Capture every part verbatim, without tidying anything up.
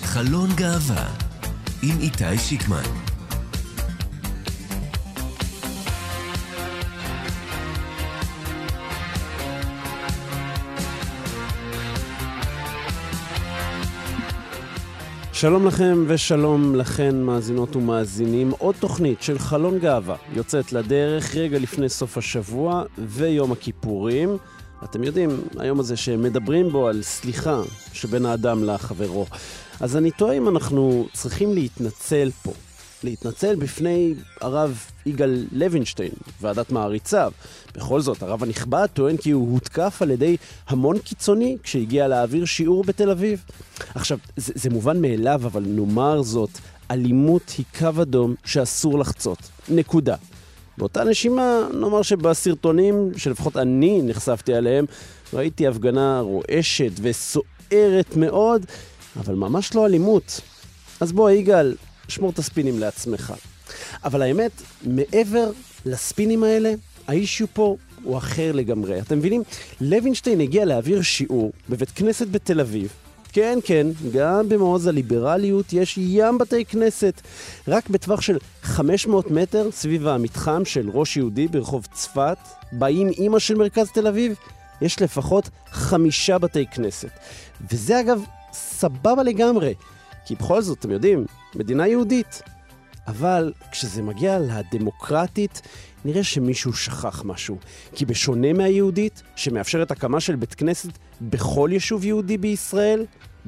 חלון גאווה עם איתי שיקמן. שלום לכם ושלום לכן מאזינות ומאזינים. עוד תוכנית של חלון גאווה יוצאת לדרך רגע לפני סוף השבוע ויום הכיפורים. אתם יודעים, היום הזה שמדברים בו על סליחה שבין האדם לחברו. אז אני טועה אם אנחנו צריכים להתנצל פה. להתנצל בפני הרב יגאל לוינשטיין, ועדת מעריציו. בכל זאת, הרב הנכבד טוען כי הוא הותקף על ידי המון קיצוני כשהגיע להעביר שיעור בתל אביב. עכשיו, זה, זה מובן מאליו, אבל נאמר זאת, אלימות היא קו אדום שאסור לחצות. נקודה. באותה נשימה, נאמר שבסרטונים שלפחות אני נחשפתי עליהם, ראיתי הפגנה רועשת וסוערת מאוד, אבל ממש לא אלימות. אז בוא, יגאל, שמור את הספינים לעצמך. אבל האמת, מעבר לספינים האלה, האישיו פה הוא אחר לגמרי. אתם מבינים? לוינשטיין הגיע להעביר שיעור בבית כנסת בתל אביב. כן, כן, גם במעוז הליברליות יש ים בתי כנסת. רק בטווח של חמש מאות מטר סביב המתחם של ראש יהודי ברחוב צפת, באים אמא של מרכז תל אביב, יש לפחות חמישה בתי כנסת. וזה אגב סבבה לגמרי. כי בכל זאת, אתם יודעים, מדינה יהודית. אבל כשזה מגיע לדמוקרטית, נראה שמישהו שכח משהו. כי בשונה מהיהודית, שמאפשרת הקמה של בית כנסת בכל יישוב יהודי בישראל,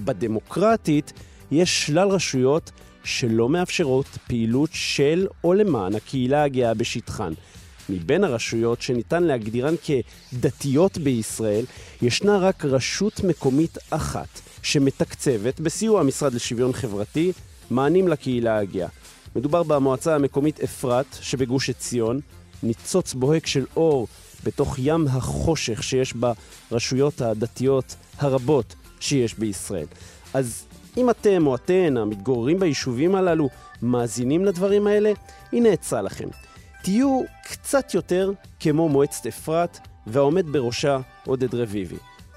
בדמוקרטית יש שלל רשויות שלא מאפשרות פעילות של או למען הקהילה הגאה בשטחן. מבין הרשויות שניתן להגדירן כדתיות בישראל, ישנה רק רשות מקומית אחת, שמתקצבת בסיוע המשרד לשוויון חברתי מענים לקהילה הגאה. מדובר במועצה המקומית אפרת שבגוש עציון, ניצוץ בוהק של אור בתוך ים החושך שיש ברשויות הדתיות הרבות שיש בישראל. אז אם אתם או אתן המתגוררים ביישובים הללו מאזינים לדברים האלה, הנה עצה לכם. תהיו קצת יותר כמו מועצת אפרת והעומד בראשה עודד רביבי,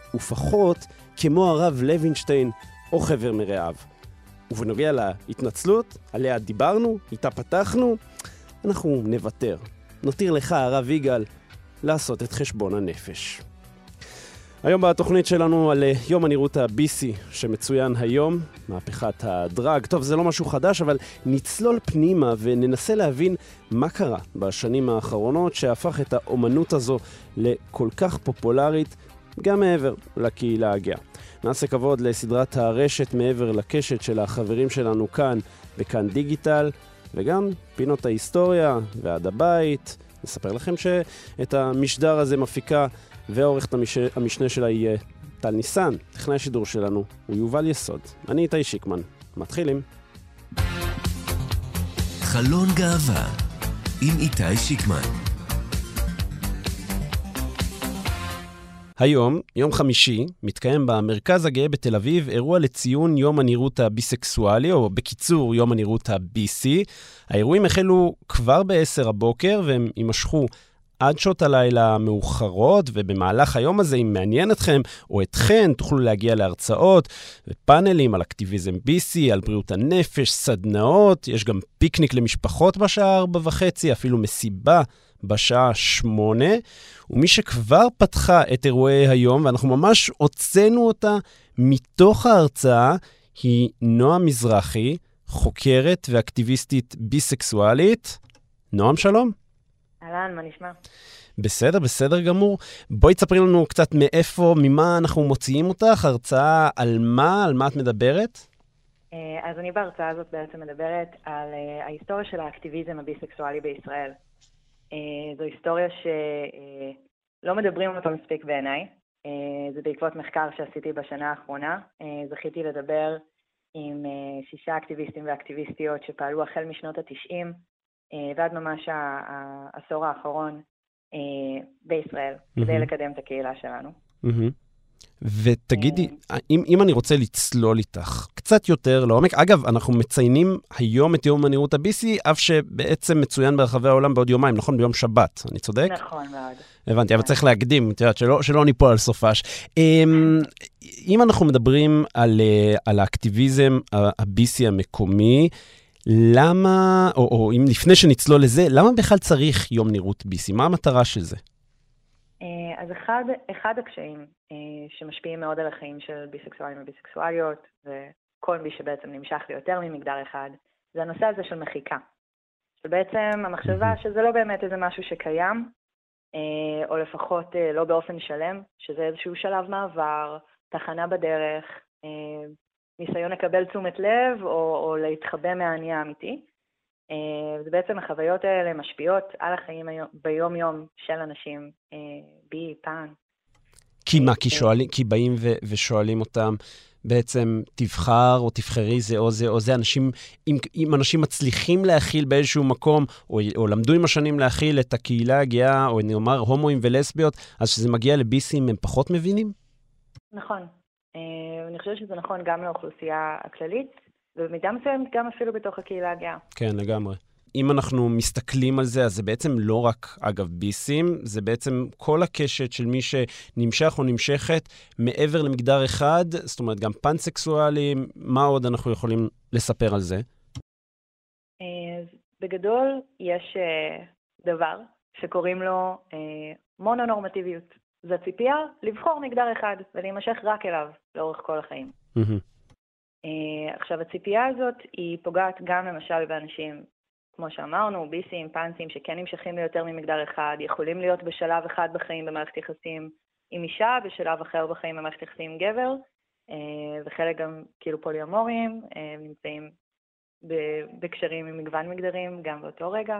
ופחות כמו הרב לוינשטיין או חבר מרעיו. ובנוגע להתנצלות, עליה דיברנו, איתה פתחנו, אנחנו נוותר. נותיר לך, הרב יגאל, לעשות את חשבון הנפש. היום בתוכנית שלנו על יום הנראות ה-בי סי שמצוין היום, מהפכת הדרג. טוב, זה לא משהו חדש, אבל נצלול פנימה וננסה להבין מה קרה בשנים האחרונות שהפך את האומנות הזו לכל כך פופולרית, גם מעבר לקהילה הגאה. נעשה כבוד לסדרת הרשת מעבר לקשת של החברים שלנו כאן בכאן דיגיטל, וגם פינות ההיסטוריה ועד הבית. נספר לכם שאת המשדר הזה מפיקה ועורכת המשנה שלה היא טל ניסן. טכנאי השידור שלנו הוא יובל יסוד. אני איתי שיקמן. מתחילים. חלון גאווה עם איתי שיקמן. היום, יום חמישי, מתקיים במרכז הגאה בתל אביב אירוע לציון יום הנראות הביסקסואלי, או בקיצור יום הנראות ה-בי סי. האירועים החלו כבר בעשר הבוקר והם יימשכו עד שעות הלילה מאוחרות, ובמהלך היום הזה, אם מעניין אתכם או אתכן, תוכלו להגיע להרצאות ופאנלים על אקטיביזם בי סי, על בריאות הנפש, סדנאות, יש גם פיקניק למשפחות בשעה ארבע וחצי, אפילו מסיבה בשעה שמונה, ומי שכבר פתחה את אירועי היום, ואנחנו ממש הוצאנו אותה מתוך ההרצאה, היא נועם מזרחי, חוקרת ואקטיביסטית ביסקסואלית. נועם, שלום. אהלן, מה נשמע? בסדר, בסדר גמור. בואי תספרי לנו קצת מאיפה, ממה אנחנו מוציאים אותך, הרצאה על מה, על מה את מדברת? אז אני בהרצאה הזאת בעצם מדברת על ההיסטוריה של האקטיביזם הביסקסואלי בישראל. זו היסטוריה שלא מדברים אותו מספיק בעיניי. זה בעקבות מחקר שעשיתי בשנה האחרונה. זכיתי לדבר עם שישה אקטיביסטים ואקטיביסטיות שפעלו החל משנות התשעים, ועד ממש העשור האחרון בישראל, כדי לקדם את הקהילה שלנו. ותגידי, אם, אם אני רוצה לצלול איתך קצת יותר לעומק, אגב, אנחנו מציינים היום את יום הנראות ה-בי סי, אף שבעצם מצוין ברחבי העולם בעוד יומיים, נכון? ביום שבת, אני צודק? נכון מאוד. הבנתי, אבל צריך להקדים, את יודעת, שלא, שלא ניפול על סופש. אם אנחנו מדברים על, על האקטיביזם ה-בי סי המקומי, למה, או, או אם לפני שנצלול לזה, למה בכלל צריך יום נראות בי סי? מה המטרה של זה? אז אחד, אחד הקשיים שמשפיעים מאוד על החיים של ביסקסואלים וביסקסואליות, וכל מי שבעצם נמשך ליותר ממגדר אחד, זה הנושא הזה של מחיקה. שבעצם המחשבה שזה לא באמת איזה משהו שקיים, או לפחות לא באופן שלם, שזה איזשהו שלב מעבר, תחנה בדרך, ניסיון לקבל תשומת לב, או, או להתחבא מהעני האמיתי. זה בעצם החוויות האלה משפיעות על החיים ביום-יום של אנשים, בי, פן. כי מה? כי, שואלים, כי באים ו, ושואלים אותם, בעצם תבחר או תבחרי זה או זה או זה, אנשים, אם, אם אנשים מצליחים להכיל באיזשהו מקום, או, או למדו עם השנים להכיל את הקהילה הגאה, או נאמר הומואים ולסביות, אז שזה מגיע לביסים הם פחות מבינים? נכון. אני חושבת שזה נכון גם לאוכלוסייה הכללית, ובמידה מסוימת גם אפילו בתוך הקהילה הגאה. כן, לגמרי. אם אנחנו מסתכלים על זה, אז זה בעצם לא רק, אגב, ביסים, זה בעצם כל הקשת של מי שנמשך או נמשכת מעבר למגדר אחד, זאת אומרת, גם פנסקסואלים, מה עוד אנחנו יכולים לספר על זה? בגדול, יש דבר שקוראים לו מונונורמטיביות. זו ציפייה לבחור מגדר אחד ולהימשך רק אליו לאורך כל החיים. עכשיו, הציפייה הזאת היא פוגעת גם למשל באנשים, כמו שאמרנו, ביסים, פנסים, שכן נמשכים ליותר ממגדר אחד, יכולים להיות בשלב אחד בחיים במערכת יחסים עם אישה, בשלב אחר בחיים במערכת יחסים עם גבר, וחלק גם כאילו פוליומוריים, נמצאים בקשרים עם מגוון מגדרים גם באותו רגע.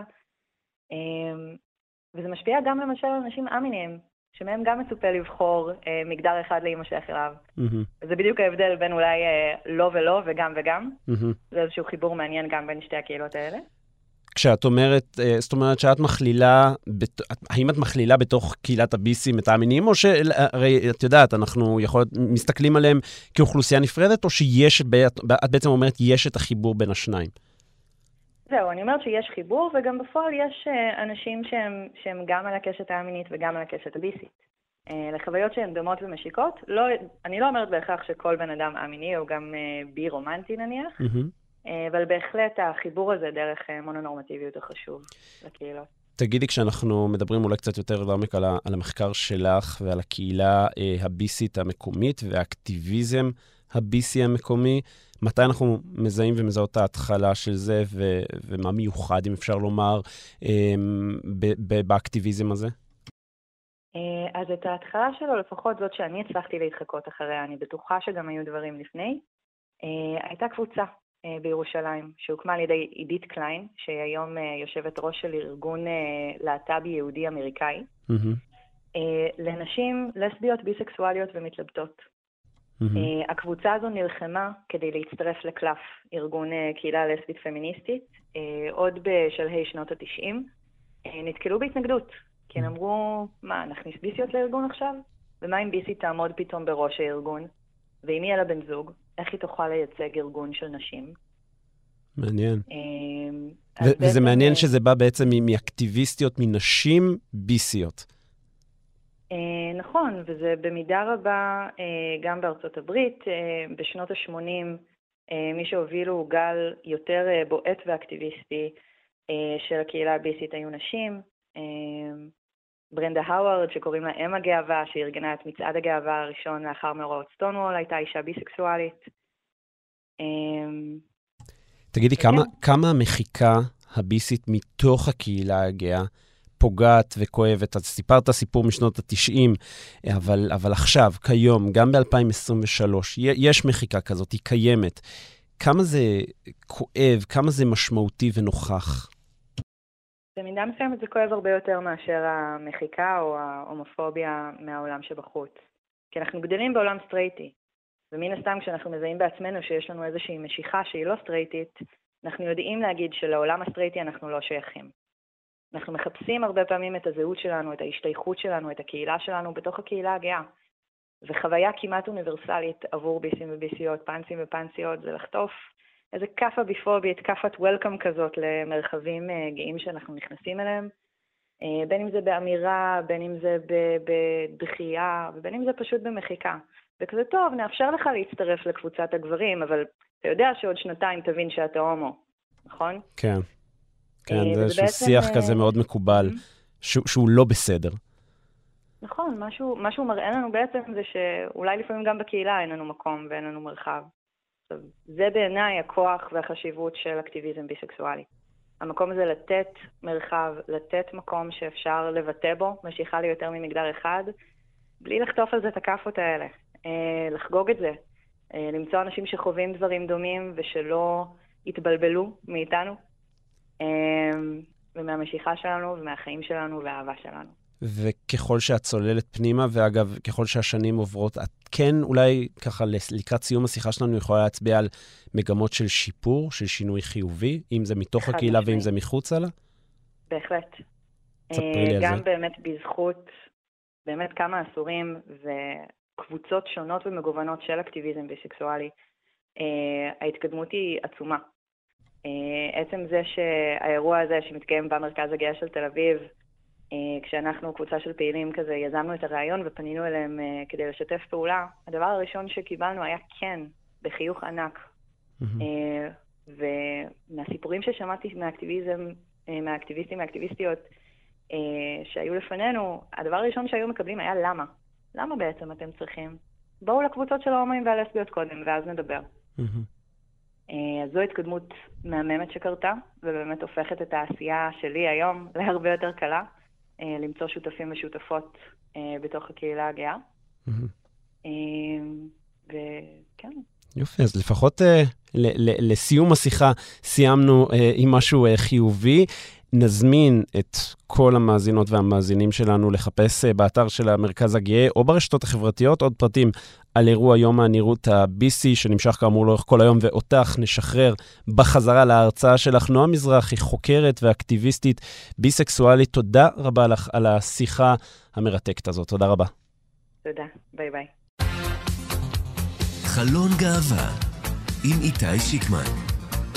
וזה משפיע גם למשל על אנשים אמיניים, שמהם גם מצופה לבחור אה, מגדר אחד להימשך אליו. Mm-hmm. זה בדיוק ההבדל בין אולי אה, לא ולא וגם וגם. Mm-hmm. זה איזשהו חיבור מעניין גם בין שתי הקהילות האלה. כשאת אומרת, אה, זאת אומרת שאת מכלילה, בת... האם את מכלילה בתוך קהילת הביסים את האמינים, או שהרי את יודעת, אנחנו יכול... מסתכלים עליהם כאוכלוסייה נפרדת, או שיש, את בעצם אומרת, יש את החיבור בין השניים? זהו, אני אומרת שיש חיבור, וגם בפועל יש אנשים שהם, שהם גם על הקשת האמינית וגם על הקשת הביסית. לחוויות שהן דומות ומשיקות, לא, אני לא אומרת בהכרח שכל בן אדם אמיני או גם בי רומנטי נניח, mm-hmm. אבל בהחלט החיבור הזה דרך מונונורמטיביות הוא חשוב לקהילות. תגידי, כשאנחנו מדברים אולי קצת יותר לעומק על, על המחקר שלך ועל הקהילה הביסית המקומית והאקטיביזם הביסי המקומי, מתי אנחנו מזהים ומזהות את ההתחלה של זה, ו- ומה מיוחד, אם אפשר לומר, ב- ב- באקטיביזם הזה? אז את ההתחלה שלו, לפחות זאת שאני הצלחתי להתחקות אחריה, אני בטוחה שגם היו דברים לפני, הייתה קבוצה בירושלים, שהוקמה על ידי עידית קליין, שהיום יושבת ראש של ארגון להט"בי יהודי אמריקאי, mm-hmm. לנשים לסביות, ביסקסואליות ומתלבטות. Mm-hmm. הקבוצה הזו נלחמה כדי להצטרף לקלף, ארגון קהילה לסבית פמיניסטית, עוד בשלהי שנות ה-תשעים, נתקלו בהתנגדות, כי הם אמרו, מה, נכניס ביסיות לארגון עכשיו? ומה אם ביסית תעמוד פתאום בראש הארגון? ואם יהיה לה בן זוג, איך היא תוכל לייצג ארגון של נשים? מעניין. ו- וזה מעניין שזה בא בעצם מאקטיביסטיות, מנשים ביסיות. נכון, וזה במידה רבה גם בארצות הברית. בשנות ה-שמונים מי שהובילו גל יותר בועט ואקטיביסטי של הקהילה הביסית היו נשים. ברנדה האוורד, שקוראים לה אם הגאווה, שארגנה את מצעד הגאווה הראשון לאחר מאורעות סטונוול, הייתה אישה ביסקסואלית. תגידי, כמה, כמה המחיקה הביסית מתוך הקהילה הגאה פוגעת וכואבת? אז סיפרת סיפור משנות ה-תשעים, אבל, אבל עכשיו, כיום, גם ב-אלפיים עשרים ושלוש, יש מחיקה כזאת, היא קיימת. כמה זה כואב, כמה זה משמעותי ונוכח? במידה מסוימת זה כואב הרבה יותר מאשר המחיקה או ההומופוביה מהעולם שבחוץ. כי אנחנו גדלים בעולם סטרייטי, ומן הסתם כשאנחנו מזהים בעצמנו שיש לנו איזושהי משיכה שהיא לא סטרייטית, אנחנו יודעים להגיד שלעולם הסטרייטי אנחנו לא שייכים. אנחנו מחפשים הרבה פעמים את הזהות שלנו, את ההשתייכות שלנו, את הקהילה שלנו בתוך הקהילה הגאה. וחוויה כמעט אוניברסלית עבור ביסים וביסיות, פאנסים ופאנסיות, זה לחטוף איזה קאפה ביפובית, קאפת וולקאם כזאת למרחבים גאים שאנחנו נכנסים אליהם, בין אם זה באמירה, בין אם זה בדחייה, ובין אם זה פשוט במחיקה. וכזה טוב, נאפשר לך להצטרף לקבוצת הגברים, אבל אתה יודע שעוד שנתיים תבין שאתה הומו, נכון? כן, כן, זה איזשהו שיח כזה מאוד מקובל, שהוא לא בסדר. נכון, משהו, משהו מראה לנו בעצם זה שאולי לפעמים גם בקהילה אין לנו מקום ואין לנו מרחב. זה בעיניי הכוח והחשיבות של אקטיביזם ביסקסואלי. המקום הזה לתת מרחב, לתת מקום שאפשר לבטא בו, משיכה לי יותר ממגדר אחד, בלי לחטוף על זה את הכאפות האלה, לחגוג את זה, למצוא אנשים שחווים דברים דומים ושלא יתבלבלו מאיתנו, ומהמשיכה שלנו ומהחיים שלנו והאהבה שלנו. וככל שאת צוללת פנימה, ואגב, ככל שהשנים עוברות, את כן אולי ככה לקראת סיום השיחה שלנו יכולה להצביע על מגמות של שיפור, של שינוי חיובי, אם זה מתוך הקהילה ואם זה מחוץ לה? בהחלט. תספרי לי על זה. גם באמת בזכות, באמת כמה עשורים וקבוצות שונות ומגוונות של אקטיביזם ביסקסואלי, ההתקדמות היא עצומה. עצם זה שהאירוע הזה שמתקיים במרכז הגאה של תל אביב, כשאנחנו קבוצה של פעילים כזה יזמנו את הרעיון ופנינו אליהם כדי לשתף פעולה, הדבר הראשון שקיבלנו היה כן, בחיוך ענק. ומהסיפורים ששמעתי מהאקטיביזם, מהאקטיביסטים, מהאקטיביסטיות שהיו לפנינו, הדבר הראשון שהיו מקבלים היה למה. למה בעצם אתם צריכים? בואו לקבוצות של ההומואים והלסביות קודם, ואז נדבר. אז זו התקדמות מהממת שקרתה, ובאמת הופכת את העשייה שלי היום להרבה יותר קלה, למצוא שותפים ושותפות בתוך הקהילה הגאה. וכן. יופי, אז לפחות לסיום השיחה סיימנו עם משהו חיובי. נזמין את כל המאזינות והמאזינים שלנו לחפש באתר של המרכז הגאה או ברשתות החברתיות עוד פרטים על אירוע יום הנראות ה-בי סי שנמשך כאמור לאורך כל היום, ואותך נשחרר בחזרה להרצאה שלך. נועה מזרחי, חוקרת ואקטיביסטית ביסקסואלית, תודה רבה לך על השיחה המרתקת הזאת. תודה רבה. תודה, ביי ביי. חלון גאווה עם איתי שיקמן.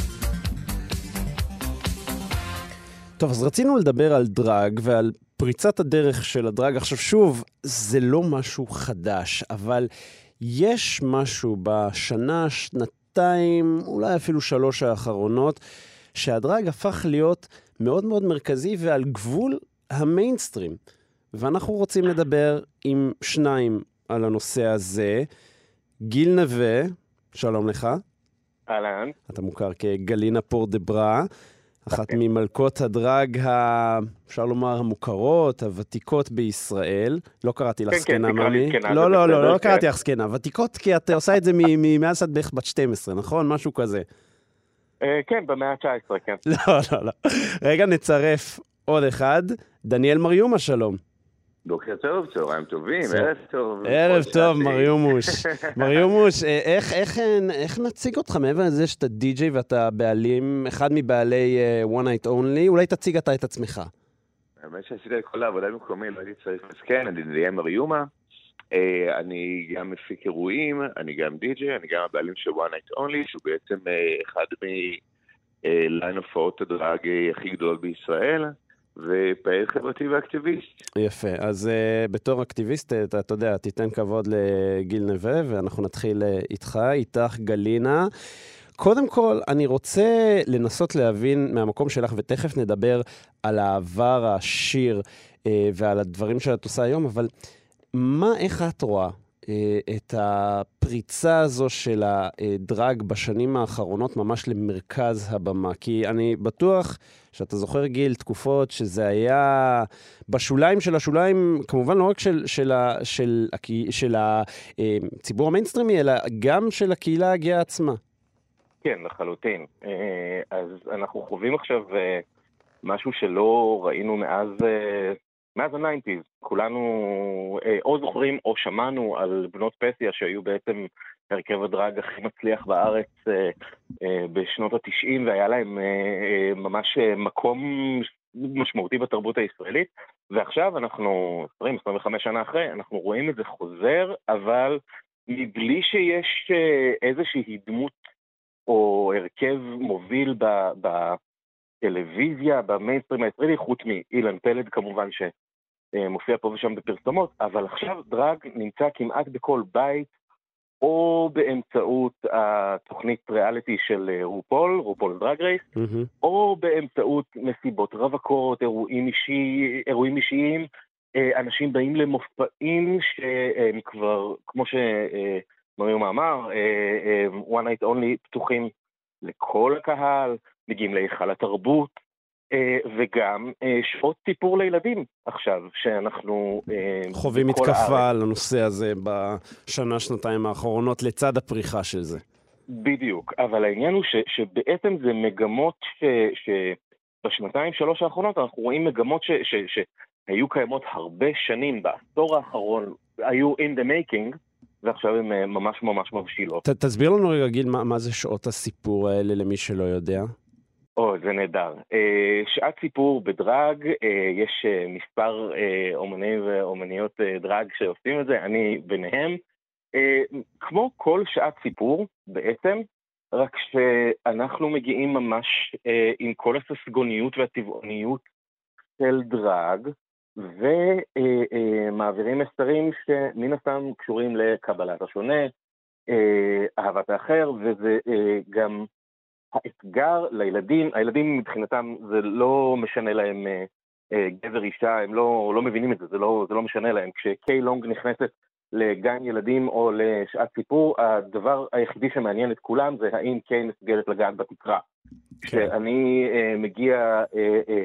טוב, אז רצינו לדבר על דרג ועל פריצת הדרך של הדרג. עכשיו שוב, זה לא משהו חדש, אבל יש משהו בשנה, שנתיים, אולי אפילו שלוש האחרונות, שהדרג הפך להיות מאוד מאוד מרכזי ועל גבול המיינסטרים. ואנחנו רוצים לדבר עם שניים על הנושא הזה. גיל נווה, שלום לך. אהלן. אתה מוכר כגלינה פור-דה-ברה. אחת ממלכות הדרג, אפשר לומר, המוכרות, הוותיקות בישראל. לא קראתי לך סקנה, ממי. לא, לא, לא, לא קראתי לך סקנה. ותיקות, כי את עושה את זה מאז את בערך בת שתים עשרה, נכון? משהו כזה. כן, במאה ה-תשע עשרה, כן. לא, לא, לא. רגע, נצרף עוד אחד. דניאל מריומה, שלום. בוקר טוב, צהריים טובים, ערב טוב. ערב טוב, מריומוש. מריומוש, איך, איך, איך נציג אותך מעבר לזה שאתה די-ג'יי ואתה בעלים, אחד מבעלי uh, One Night Only, אולי תציג אתה את עצמך. האמת שעשית את כל העבודה במקומי, לא הייתי צריך לסכן, אני דניאל מריומה, אני גם מפיק אירועים, אני גם די-ג'יי, אני גם הבעלים של One Night Only, שהוא בעצם אחד מליין הופעות הדרג הכי גדול בישראל, ופעיל חברתי ואקטיביסט. יפה, אז uh, בתור אקטיביסט, אתה, אתה יודע, תיתן כבוד לגיל נווה, ואנחנו נתחיל uh, איתך, איתך גלינה. קודם כל, אני רוצה לנסות להבין מהמקום שלך, ותכף נדבר על העבר העשיר uh, ועל הדברים שאת עושה היום, אבל מה, איך את רואה uh, את הפריצה הזו של הדרג בשנים האחרונות ממש למרכז הבמה? כי אני בטוח שאתה זוכר, גיל, תקופות שזה היה בשוליים של השוליים, כמובן לא רק של, של, של, של, של הציבור המיינסטרימי, אלא גם של הקהילה הגאה עצמה. כן, לחלוטין. אז אנחנו חווים עכשיו משהו שלא ראינו מאז, מאז ה-תשעים. כולנו או זוכרים או שמענו על בנות פסיה שהיו בעצם הרכב הדרג הכי מצליח בארץ בשנות ה-תשעים, והיה להם ממש מקום משמעותי בתרבות הישראלית, ועכשיו אנחנו, עשרים עשרים וחמש שנה אחרי, אנחנו רואים את זה חוזר, אבל מבלי שיש איזושהי דמות או הרכב מוביל בטלוויזיה, במיינסטרים הישראלי, חוץ מאילן פלד כמובן שמופיע פה ושם בפרסומות, אבל עכשיו דרג נמצא כמעט בכל בית, או באמצעות התוכנית ריאליטי של רופול, רופול דרג רייס, mm-hmm. או באמצעות מסיבות רווקות, אירועים, אישי, אירועים אישיים, אנשים באים למופעים שהם כבר, כמו שמריום אמר, one night only פתוחים לכל הקהל, מגיעים להיכל התרבות, וגם שעות סיפור לילדים עכשיו, שאנחנו חווים מתקפה על הנושא הזה בשנה, שנתיים האחרונות, לצד הפריחה של זה. בדיוק, אבל העניין הוא ש, שבעצם זה מגמות ש, שבשנתיים, שלוש האחרונות, אנחנו רואים מגמות ש, ש, שהיו קיימות הרבה שנים, בעשור האחרון, היו in the making, ועכשיו הן ממש ממש מבשילות. ת, תסביר לנו רגע, גיל, מה, מה זה שעות הסיפור האלה למי שלא יודע? או, זה נהדר. שעת סיפור בדרג, יש מספר אומנים ואומניות דרג שעושים את זה, אני ביניהם. כמו כל שעת סיפור בעצם, רק שאנחנו מגיעים ממש עם כל הססגוניות והטבעוניות של דרג, ומעבירים מסרים שמן הסתם קשורים לקבלת השונה, אהבת האחר, וזה גם האתגר לילדים, הילדים מבחינתם זה לא משנה להם אה, גבר אישה, הם לא, לא מבינים את זה, זה לא, זה לא משנה להם. כשקיי לונג נכנסת לגן ילדים או לשעת סיפור, הדבר היחידי שמעניין את כולם זה האם קיי מסוגלת לגעת בתקרה. כשאני אה, מגיע אה, אה,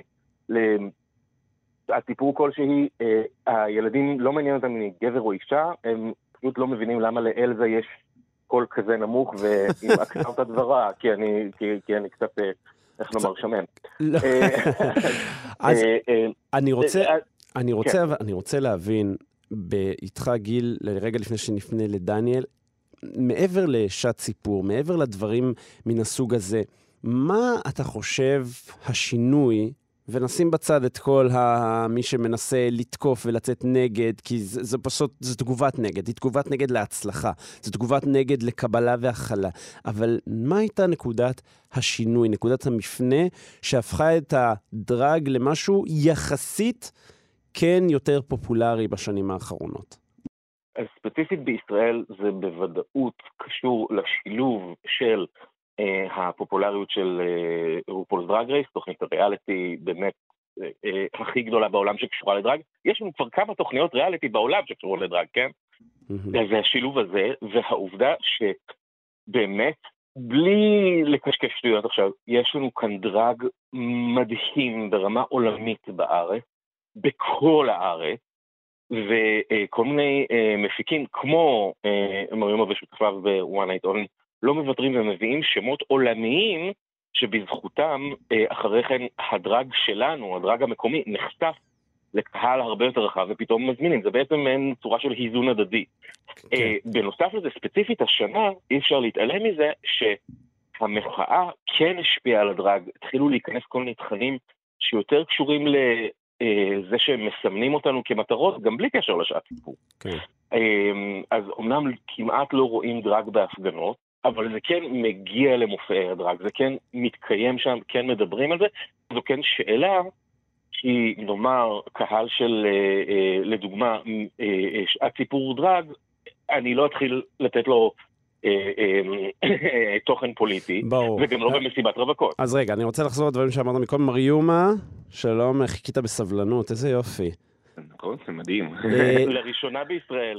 לשעת סיפור כלשהי, אה, הילדים לא מעניין אותם אם גבר או אישה, הם פשוט לא מבינים למה לאלזה יש קול כזה נמוך, ועם אקסרת הדברה, כי אני, כי, כי אני קצת, איך נאמר, שמן. אז אני רוצה, אני רוצה, אני רוצה להבין, באיתך גיל, לרגע לפני שנפנה לדניאל, מעבר לשעת סיפור, מעבר לדברים מן הסוג הזה, מה אתה חושב השינוי, ונשים בצד את כל ה... מי שמנסה לתקוף ולצאת נגד, כי זה, זה פשוט, זה תגובת נגד, היא תגובת נגד להצלחה, זה תגובת נגד לקבלה והכלה. אבל מה הייתה נקודת השינוי, נקודת המפנה, שהפכה את הדרג למשהו יחסית כן יותר פופולרי בשנים האחרונות? אז ספציפית בישראל זה בוודאות קשור לשילוב של Uh, הפופולריות של uh, רופול's דרג רייס, תוכנית הריאליטי באמת uh, uh, הכי גדולה בעולם שקשורה לדרג. יש לנו כבר כמה תוכניות ריאליטי בעולם שקשורות לדרג, כן? Mm-hmm. אז השילוב הזה, והעובדה שבאמת, בלי לקשקש שטויות עכשיו, יש לנו כאן דרג מדהים ברמה עולמית בארץ, בכל הארץ, וכל מיני uh, מפיקים כמו uh, מריומה ושותפיו ב-one night only, לא מוותרים ומביאים שמות עולמיים שבזכותם אחרי כן הדרג שלנו, הדרג המקומי, נחשף לקהל הרבה יותר רחב ופתאום מזמינים. זה בעצם מעין צורה של היזון הדדי. Okay. בנוסף לזה, ספציפית השנה, אי אפשר להתעלם מזה שהמחאה כן השפיעה על הדרג. התחילו להיכנס כל מיני תכנים שיותר קשורים לזה שהם מסמנים אותנו כמטרות, גם בלי קשר לשעת סיפור. Okay. אז אמנם כמעט לא רואים דרג בהפגנות, אבל זה כן מגיע למופעי הדרג, זה כן מתקיים שם, כן מדברים על זה, זו כן שאלה, כי נאמר, קהל של, לדוגמה, שעת סיפור דרג, אני לא אתחיל לתת לו תוכן פוליטי, וגם לא במסיבת רווקות. אז רגע, אני רוצה לחזור לדברים שאמרת מקודם, מריומה, שלום, חיכית בסבלנות, איזה יופי. נכון, זה מדהים. לראשונה בישראל.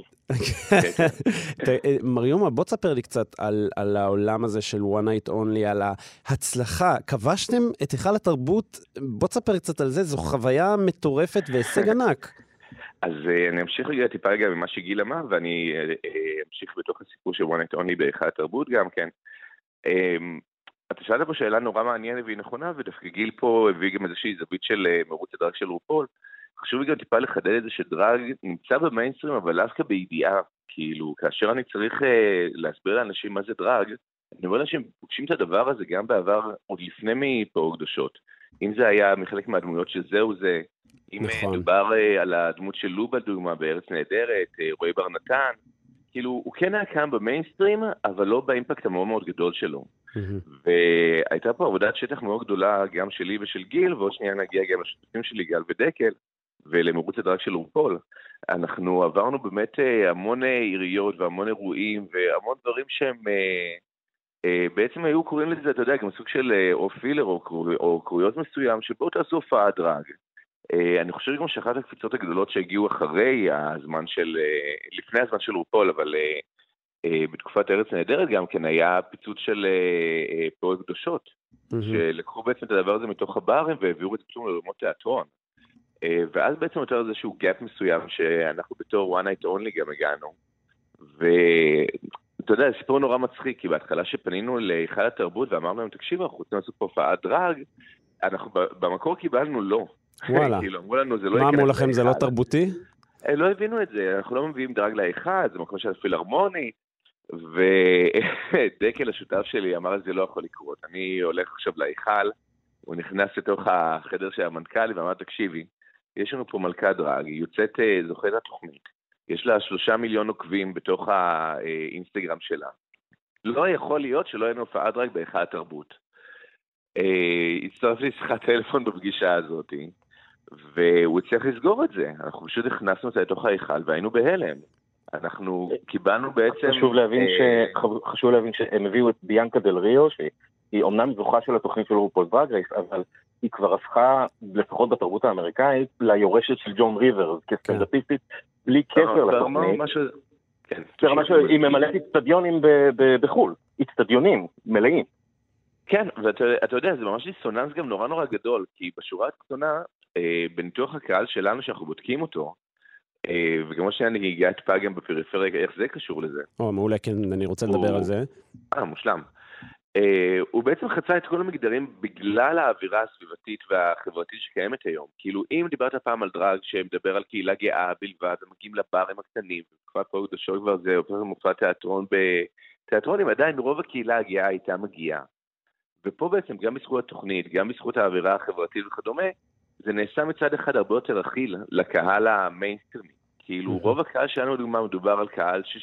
מריומה, בוא תספר לי קצת על העולם הזה של one night only, על ההצלחה. כבשתם את היכל התרבות, בוא תספר קצת על זה, זו חוויה מטורפת והישג ענק. אז אני אמשיך רגע טיפה רגע ממה שגיל אמר, ואני אמשיך בתוך הסיפור של one night only בהיכל התרבות גם כן. אתה שאלת פה שאלה נורא מעניינת והיא נכונה, ודווקא גיל פה הביא גם איזושהי זווית של מרוץ הדרג של רופול. חשוב לי גם טיפה לחדד את זה שדרג נמצא במיינסטרים, אבל דווקא בידיעה, כאילו, כאשר אני צריך אה, להסביר לאנשים מה זה דרג, אני אומר להם שהם פוגשים את הדבר הזה גם בעבר, עוד לפני מפה קדושות. אם זה היה מחלק מהדמויות של זהו זה, אם נכון. דובר על הדמות של לובה דוגמה בארץ נהדרת, רועי בר נתן, כאילו הוא כן היה קיים במיינסטרים, אבל לא באימפקט המאוד מאוד גדול שלו. והייתה פה עבודת שטח מאוד גדולה, גם שלי ושל גיל, ועוד שנייה נגיע גם לשותפים שלי, גל ודקל, ולמרוץ הדרג של רופול. אנחנו עברנו באמת המון עיריות והמון אירועים, והמון דברים שהם בעצם היו קוראים לזה, אתה יודע, גם סוג של או פילר או קרויות מסוים, שבואו תעשו הופעה דרג. אני חושב גם שאחת הקפיצות הגדולות שהגיעו אחרי הזמן של, לפני הזמן של רופול, אבל בתקופת ארץ נהדרת גם כן היה פיצוץ של פרויקט קדושות, שלקחו בעצם את הדבר הזה מתוך הברים והעבירו את זה פשוט לרמות תיאטרון. ואז בעצם יותר איזשהו גאפ מסוים שאנחנו בתור one night only גם הגענו. ואתה יודע, זה סיפור נורא מצחיק, כי בהתחלה שפנינו להיכל התרבות ואמרנו להם, תקשיבו, אנחנו רוצים לעשות פה הופעת דרג, אנחנו במקור קיבלנו לא. וואלה. כאילו, אמרו לנו, זה לא מה אמרו לכם, זה לא תרבותי? לא הבינו את זה, אנחנו לא מביאים דרג להיכל, זה מקום של פילהרמוני, ודקל השותף שלי אמר, זה לא יכול לקרות. אני הולך עכשיו להיכל, הוא נכנס לתוך החדר של המנכ"לי ואמר, תקשיבי, יש לנו פה מלכה דרג, היא יוצאת, זוכרת התוכנית, יש לה שלושה מיליון עוקבים בתוך האינסטגרם שלה. לא יכול להיות שלא יהיה הופעה דרג בהיכל התרבות. הצטרף לי שיחת טלפון בפגישה הזאת, והוא הצליח לסגור את זה. אנחנו פשוט הכנסנו אותה לתוך ההיכל והיינו בהלם. אנחנו קיבלנו בעצם... חשוב להבין, ש... חשוב להבין שהם הביאו את ביאנקה דל ריו, שהיא אומנם זוכה של התוכנית של רופול דרג רייס, אבל היא כבר הפכה, לפחות בתרבות האמריקאית, ליורשת של ג'ון ריברס, כסטנדאפיסטית, בלי קשר לתוכנית. זה רמה שהיא ממלאת אצטדיונים בחול, אצטדיונים מלאים. כן, ואתה יודע, זה ממש דיסוננס גם נורא נורא גדול, כי בשורה התחתונה, בניתוח הקהל שלנו שאנחנו בודקים אותו, וגם שאני הגעה את פעם גם בפריפריה, איך זה קשור לזה? או, מעולה, כן, אני רוצה לדבר על זה. אה, מושלם. הוא בעצם חצה את כל המגדרים בגלל האווירה הסביבתית והחברתית שקיימת היום. כאילו, אם דיברת פעם על דרג שמדבר על קהילה גאה בלבד, ומגיעים לברים הקטנים, וכפת פה קדושות כבר זה, או מופע תיאטרון בתיאטרונים, עדיין רוב הקהילה הגאה הייתה מגיעה. ופה בעצם גם בזכות התוכנית, גם בזכות האווירה החברתית וכדומה, זה נעשה מצד אחד הרבה יותר אכיל לקהל המיינסטרימי. כאילו רוב הקהל שלנו לדוגמה מדובר על קהל של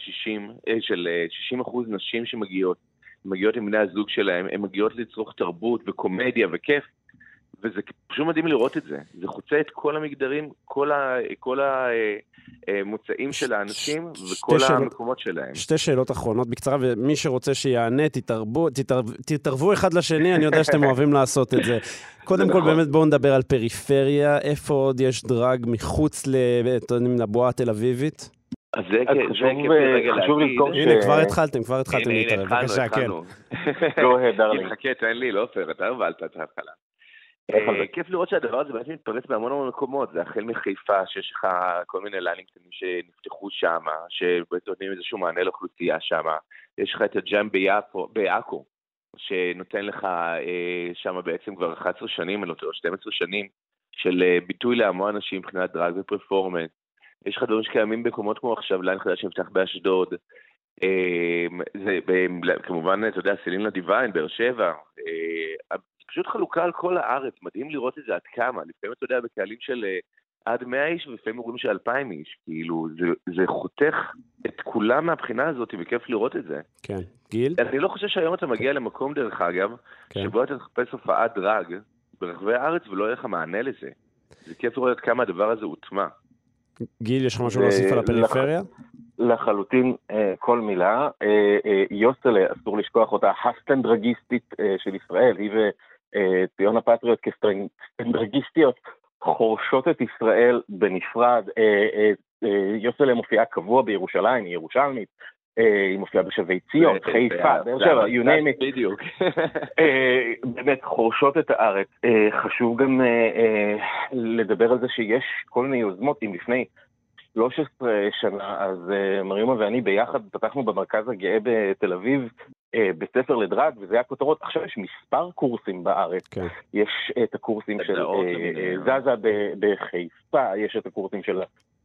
שישים אחוז נשים שמגיעות, מגיעות עם בני הזוג שלהם, הן מגיעות לצרוך תרבות וקומדיה וכיף, וזה פשוט מדהים לראות את זה. זה חוצה את כל המגדרים, כל, ה, כל המוצאים של האנשים וכל שאלות, המקומות שלהם. שתי שאלות אחרונות בקצרה, ומי שרוצה שיענה, תתערבו, תתערב, תתערבו אחד לשני, אני יודע שאתם אוהבים לעשות את זה. קודם כל באמת בואו נדבר על פריפריה, איפה עוד יש דרג מחוץ לבועה תל אביבית? אז זה חשוב לזכור ש... הנה, כבר התחלתם, כבר התחלתם להתערב. בבקשה, כן. go ahead, darling. חכה, תן לי, לא פייר, אתה הובלת את ההתחלה. כיף לראות שהדבר הזה בעצם מתפרץ בהמון המון מקומות, זה החל מחיפה, שיש לך כל מיני ליינינג קטנים שנפתחו שם, שנותנים איזשהו מענה לאוכלוסייה שם, יש לך את הג'אם בעכו, שנותן לך שם בעצם כבר אחת עשרה שנים, או שתים עשרה שנים, של ביטוי להמון אנשים מבחינת דרג ופרפורמנס, יש לך דברים שקיימים במקומות כמו עכשיו, ליין חדש שנפתח באשדוד, זה כמובן, אתה יודע, סלינה דיוויין, באר שבע, פשוט חלוקה על כל הארץ, מדהים לראות את זה עד כמה, לפעמים אתה יודע, בקהלים של עד מאה איש, ולפעמים אומרים של אלפיים איש, כאילו, זה, זה חותך את כולם מהבחינה הזאת, וכיף לראות את זה. כן, גיל? אני לא חושב שהיום אתה מגיע למקום דרך אגב, כן. שבו אתה תחפש הופעת דרג ברחבי הארץ, ולא יהיה לך מענה לזה. זה כיף לראות את כמה הדבר הזה הוטמע. גיל, יש לך משהו להוסיף על הפריפריה? לחלוטין כל מילה. יוסלה, אסור לשכוח אותה, הסטנדרגיסטית של ישראל, היא וציונה פטריוט כסטנדרגיסטיות, חורשות את ישראל בנפרד. יוסלה מופיעה קבוע בירושלים, היא ירושלמית, היא מופיעה בשבי ציון, חיפה, באר שבע, you name it. בדיוק. באמת חורשות את הארץ. חשוב גם לדבר על זה שיש כל מיני יוזמות, אם לפני שלוש עשרה שנה, אז מריומה ואני ביחד פתחנו במרכז הגאה בתל אביב, בית ספר לדרג, וזה היה כותרות. עכשיו יש מספר קורסים בארץ. כן. יש את הקורסים של זזה בחיפה, יש את הקורסים של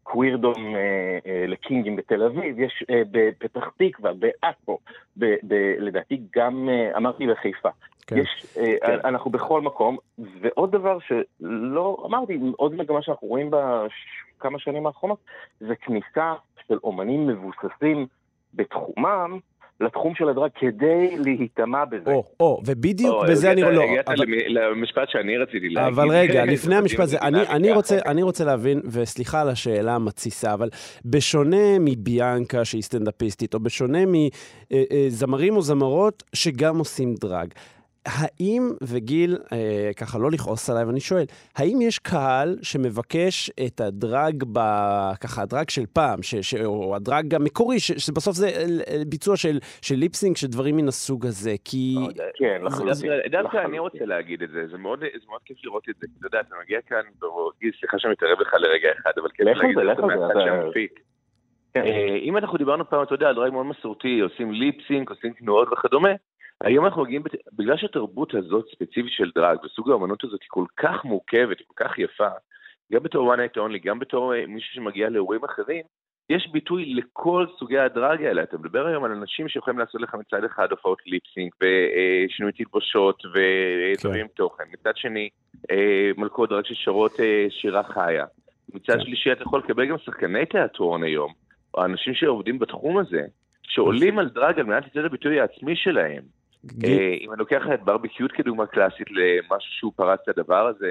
קווירדום אה, אה, לקינגים בתל אביב, יש אה, בפתח תקווה, בעכו, ב, ב, לדעתי גם, אה, אמרתי בחיפה. כן. יש, אה, כן. אנחנו בכל מקום, ועוד דבר שלא, אמרתי, עוד מגמה שאנחנו רואים בכמה שנים האחרונות, זה כניסה של אומנים מבוססים בתחומם, לתחום של הדרג כדי להיטמע בזה. או, או, ובדיוק בזה אני לא... הגעת למשפט שאני רציתי להגיד. אבל רגע, לפני המשפט הזה, אני רוצה להבין, וסליחה על השאלה המציסה, אבל בשונה מביאנקה שהיא סטנדאפיסטית, או בשונה מזמרים או זמרות שגם עושים דרג, האם, וגיל, אה, ככה לא לכעוס עליי, ואני שואל, האם יש קהל שמבקש את הדרג, ב, ככה, הדרג של פעם, ש, ש, או הדרג המקורי, ש, שבסוף זה ביצוע של, של ליפסינג, של דברים מן הסוג הזה, כי... כן, דווקא אני רוצה להגיד את זה, זה מאוד כיף לראות את זה, אתה יודע, אתה מגיע כאן, גיל, סליחה שאני מתערב לך לרגע אחד, אבל כיף להגיד את זה מהצד שהמפיק. אם אנחנו דיברנו פעם, אתה יודע, הדרג מאוד מסורתי, עושים ליפסינג, עושים תנועות וכדומה, היום אנחנו מגיעים, בגלל שהתרבות הזאת ספציפית של דרג, וסוג האמנות הזאת היא כל כך מורכבת, כל כך יפה, גם בתור one night only, גם בתור מישהו שמגיע לאירועים אחרים, יש ביטוי לכל סוגי הדרג האלה. אתה מדבר היום על אנשים שיכולים לעשות לך מצד אחד הופעות ליפסינג, ושינוי תלבושות, ודברים תוכן. מצד שני, מלכות דרג ששרות שירה חיה. מצד שלישי, אתה יכול לקבל גם שחקני תיאטרון היום, או אנשים שעובדים בתחום הזה, שעולים על דרג על מנת לתת הביטוי העצמי שלהם. אם אני לוקח את ברביקיוט כדוגמה קלאסית למשהו שהוא פרץ את הדבר הזה,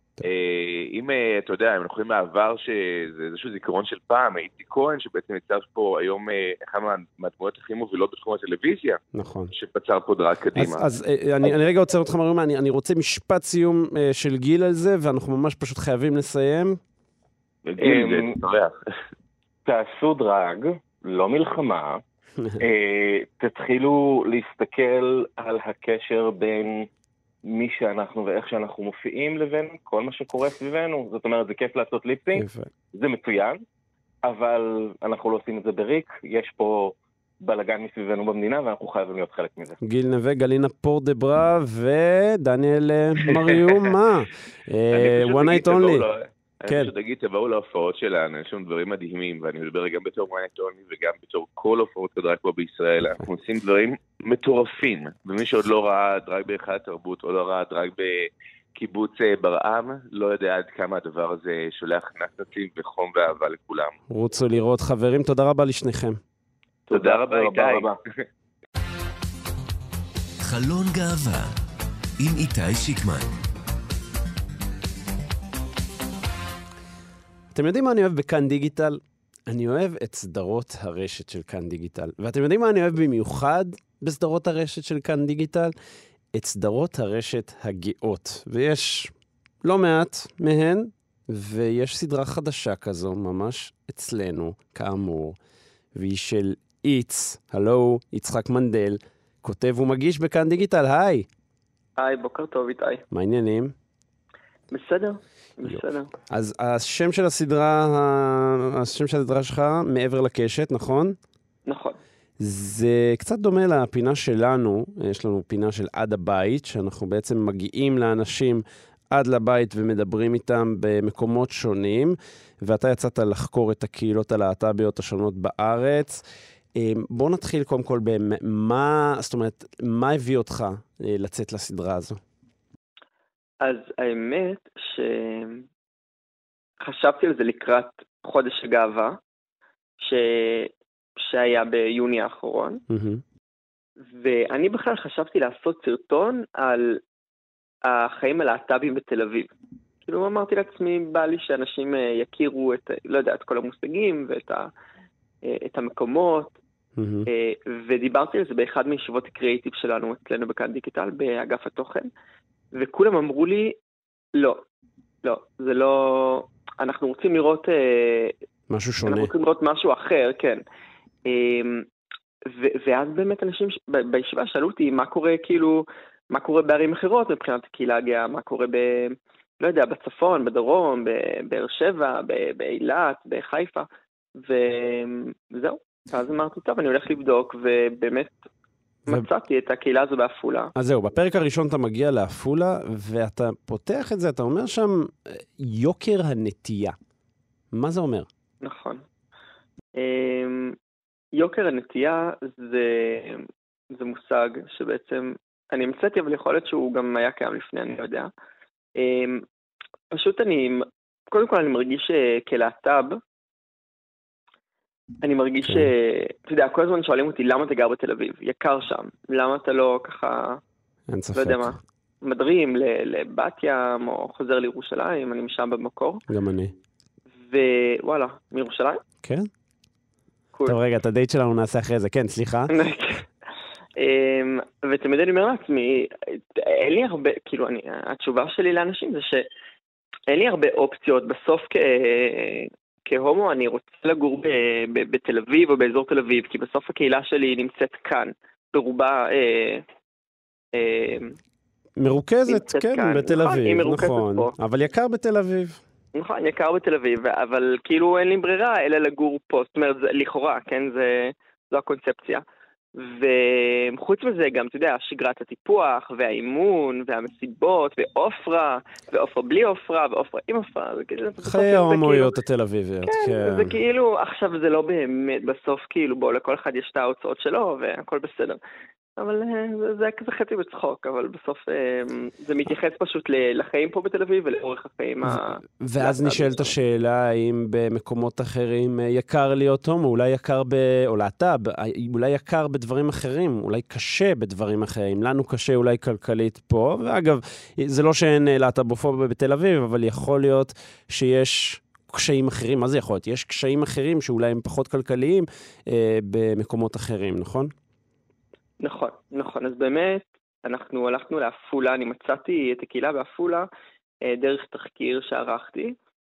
אם אתה יודע, אם אנחנו יכולים מעבר שזה איזשהו זיכרון של פעם, איתי כהן שבעצם יצר פה היום אחד מהדמויות הכי מובילות בתחום הטלוויזיה, שפצר פה דרג קדימה. אז אני רגע עוצר אותך מרימה, אני רוצה משפט סיום של גיל על זה, ואנחנו ממש פשוט חייבים לסיים. גיל, זה תורח. תעשו דרג, לא מלחמה, תתחילו להסתכל על הקשר בין מי שאנחנו ואיך שאנחנו מופיעים לבין כל מה שקורה סביבנו. זאת אומרת, זה כיף לעשות ליפסינג, זה מצוין, אבל אנחנו לא עושים את זה בריק, יש פה בלגן מסביבנו במדינה, ואנחנו חייבים להיות חלק מזה. גיל נווה, גלינה פורדברה ודניאל מריומה. one night only. אני פשוט אגיד, תבואו להופעות שלנו, יש לנו דברים מדהימים, ואני מדבר גם בתור one night only וגם בתור כל הופעות הדרג פה בישראל, אנחנו עושים דברים מטורפים, ומי שעוד לא ראה דרג באחד התרבות, או לא ראה דרג בקיבוץ ברעם, לא יודע עד כמה הדבר הזה שולח נצנצים וחום ואהבה לכולם. רוצו לראות חברים, תודה רבה לשניכם. תודה רבה, איתי. חלון גאווה עם איתי שיקמן. אתם יודעים מה אני אוהב בכאן דיגיטל? אני אוהב את סדרות הרשת של כאן דיגיטל. ואתם יודעים מה אני אוהב במיוחד בסדרות הרשת של כאן דיגיטל? את סדרות הרשת הגאות. ויש לא מעט מהן, ויש סדרה חדשה כזו ממש אצלנו, כאמור, והיא של איץ, הלו, יצחק מנדל, כותב ומגיש בכאן דיגיטל, היי. היי, בוקר טוב איתי. מה העניינים? בסדר. בסדר. אז השם של הסדרה, השם של הסדרה שלך, מעבר לקשת, נכון? נכון. זה קצת דומה לפינה שלנו, יש לנו פינה של עד הבית, שאנחנו בעצם מגיעים לאנשים עד לבית ומדברים איתם במקומות שונים, ואתה יצאת לחקור את הקהילות הלהט"ביות השונות בארץ. בוא נתחיל קודם כל במה, זאת אומרת, מה הביא אותך לצאת לסדרה הזו? אז האמת שחשבתי על זה לקראת חודש הגאווה, ש... שהיה ביוני האחרון, mm-hmm. ואני בכלל חשבתי לעשות סרטון על החיים הלהט"בים בתל אביב. כאילו אמרתי לעצמי, בא לי שאנשים יכירו את, לא יודע, את כל המושגים ואת ה... את המקומות, mm-hmm. ודיברתי על זה באחד מישיבות הקריאיטיב שלנו אצלנו בכאן דיגיטל, באגף התוכן, וכולם אמרו לי, לא, לא, זה לא, אנחנו רוצים לראות, משהו שונה. אנחנו רוצים לראות משהו אחר, כן. ו- ואז באמת אנשים ב- בישיבה שאלו אותי, מה קורה כאילו, מה קורה בערים אחרות מבחינת הקהילה הגאה, מה קורה ב, לא יודע, בצפון, בדרום, בבאר שבע, באילת, בחיפה, וזהו. אז אמרתי, טוב, אני הולך לבדוק, ובאמת מצאתי את הקהילה הזו באפולה. אז זהו, בפרק הראשון אתה מגיע לאפולה, ואתה פותח את זה, אתה אומר שם יוקר הנטייה. מה זה אומר? נכון. יוקר הנטייה זה, זה מושג שבעצם אני המצאתי, אבל יכול להיות שהוא גם היה קיים לפני, אני לא יודע. פשוט אני, קודם כל אני מרגיש כלהט"ב, אני מרגיש, אתה יודע, כל הזמן שואלים אותי, למה אתה גר בתל אביב? יקר שם. למה אתה לא ככה, אין ספק. לא יודע מה, מדרים לבת ים או חוזר לירושלים, אני משם במקור. גם אני. ווואלה, מירושלים? כן. טוב, רגע, את הדייט שלנו נעשה אחרי זה. כן, סליחה. ותמיד אני אומר לעצמי, אין לי הרבה, כאילו, התשובה שלי לאנשים זה שאין לי הרבה אופציות. בסוף כהומו אני רוצה לגור בתל אביב או באזור תל אביב, כי בסוף הקהילה שלי נמצאת כאן, ברובה מרוכזת, כן, בתל אביב, נכון. אבל יקר בתל אביב. נכון, יקר בתל אביב, אבל כאילו אין לי ברירה אלא לגור פה. זאת אומרת, לכאורה, כן, זו הקונספציה. וחוץ מזה גם, אתה יודע, שגרת הטיפוח והאימון והמסיבות ואופרה, ואופרה בלי אופרה ואופרה עם אופרה. חיי ההומואיות התל אביביות. כן, זה כאילו, עכשיו זה לא באמת, בסוף כאילו, בוא, לכל אחד יש את ההוצאות שלו והכל בסדר. אבל זה היה כזה חצי בצחוק, אבל בסוף זה מתייחס פשוט לחיים פה בתל אביב ולאורך החיים. ואז נשאלת השאלה האם במקומות אחרים יקר להיות הומו, אולי יקר ב... או להט"ב, אולי יקר בדברים אחרים, אולי קשה בדברים אחרים. לנו קשה אולי כלכלית פה, ואגב, זה לא שאין להט"בופוביה בתל אביב, אבל יכול להיות שיש קשיים אחרים. מה זה יכול להיות? יש קשיים אחרים שאולי הם פחות כלכליים אה, במקומות אחרים, נכון? נכון, נכון. אז באמת, אנחנו הלכנו לאפולה, אני מצאתי את הקהילה באפולה דרך תחקיר שערכתי,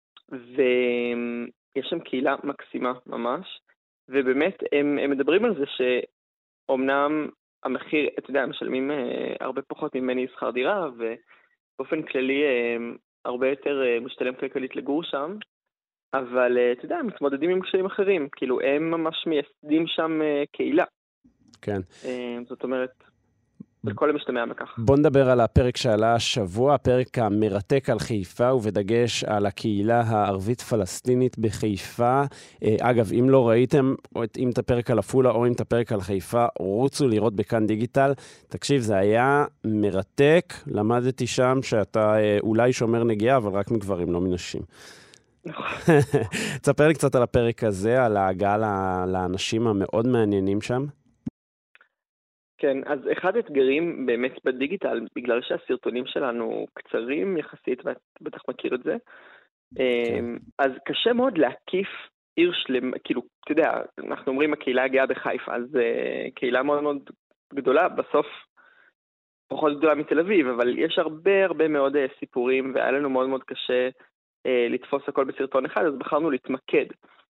ויש שם קהילה מקסימה ממש, ובאמת הם, הם מדברים על זה שאומנם המחיר, אתה יודע, משלמים הרבה פחות ממני שכר דירה, ובאופן כללי הרבה יותר משתלם כלכלית לגור שם, אבל אתה יודע, מתמודדים עם קשיים אחרים, כאילו הם ממש מייסדים שם קהילה. כן. זאת אומרת, בכל המשתמע בכך. בוא נדבר על הפרק שעלה השבוע, הפרק המרתק על חיפה, ובדגש על הקהילה הערבית-פלסטינית בחיפה. אגב, אם לא ראיתם, או אם את הפרק על אפולה, או אם את הפרק על חיפה, רוצו לראות בכאן דיגיטל. תקשיב, זה היה מרתק. למדתי שם שאתה אולי שומר נגיעה, אבל רק מגברים, לא מנשים. תספר לי קצת על הפרק הזה, על ההגעה לאנשים המאוד מעניינים שם. כן, אז אחד האתגרים באמת בדיגיטל, בגלל שהסרטונים שלנו קצרים יחסית, ואת בטח מכיר את זה, כן. אז קשה מאוד להקיף עיר שלמה, כאילו, אתה יודע, אנחנו אומרים הקהילה הגאה בחיפה, אז קהילה מאוד מאוד גדולה, בסוף פחות גדולה מתל אביב, אבל יש הרבה הרבה מאוד סיפורים, והיה לנו מאוד מאוד קשה לתפוס הכל בסרטון אחד, אז בחרנו להתמקד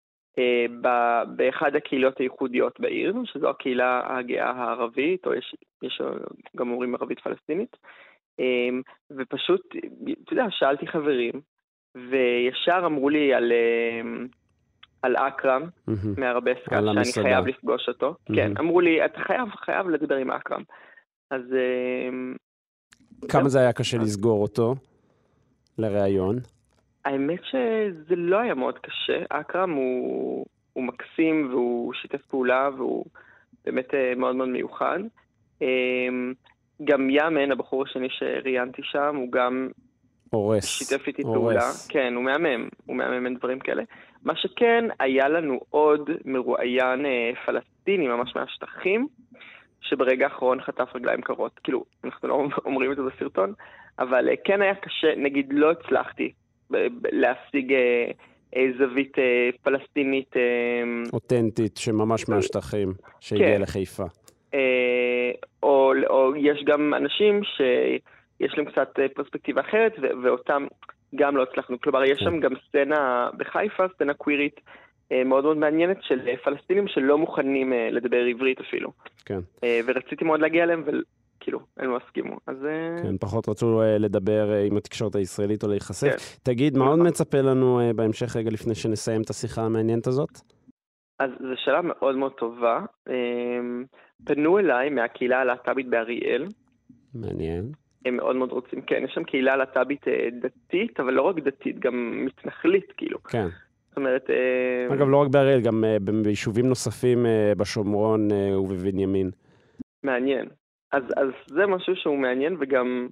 באחד הקהילות הייחודיות בעיר, שזו הקהילה הגאה הערבית, או יש, יש גם אומרים ערבית פלסטינית, ופשוט, אתה יודע, שאלתי חברים, וישר אמרו לי על, על אקרם, מהרבסקה, שאני חייב לפגוש אותו. כן, אמרו לי, אתה חייב, חייב לדבר עם אקרם. אז... כמה זה היה קשה לסגור אותו לראיון? האמת שזה לא היה מאוד קשה. אקרם הוא, הוא מקסים והוא שיתף פעולה והוא באמת מאוד מאוד מיוחד. גם יאמן, הבחור השני שראיינתי שם, הוא גם אורס. שיתף איתי פעולה. כן, הוא מהמם. הוא מהמם אין דברים כאלה. מה שכן, היה לנו עוד מרואיין פלסטיני ממש מהשטחים, שברגע האחרון חטף רגליים קרות. כאילו, אנחנו לא אומרים את זה בסרטון, אבל כן היה קשה, נגיד לא הצלחתי להשיג זווית פלסטינית אותנטית שממש מהשטחים שהגיעה לחיפה. או, או יש גם אנשים שיש להם קצת פרספקטיבה אחרת ואותם גם לא הצלחנו. כלומר, יש שם גם סצנה בחיפה, סצנה קווירית מאוד מאוד מעניינת של פלסטינים שלא מוכנים לדבר עברית אפילו. כן. ורציתי מאוד להגיע אליהם וכאילו, הם לא הסכימו. אז... כן, פחות רצו לדבר עם התקשורת הישראלית או להיחשף. כן. תגיד, מה עוד מצפה לנו בהמשך רגע לפני שנסיים את השיחה המעניינת הזאת? אז זו שאלה מאוד מאוד טובה. פנו אליי מהקהילה הלהט"בית באריאל. מעניין. הם מאוד מאוד רוצים, כן, יש שם קהילה להט"בית דתית, אבל לא רק דתית, גם מתנחלית, כאילו. כן. זאת אומרת... אגב, לא רק באריאל, גם ביישובים נוספים בשומרון ובבנימין. מעניין. אז, אז זה משהו שהוא מעניין, וגם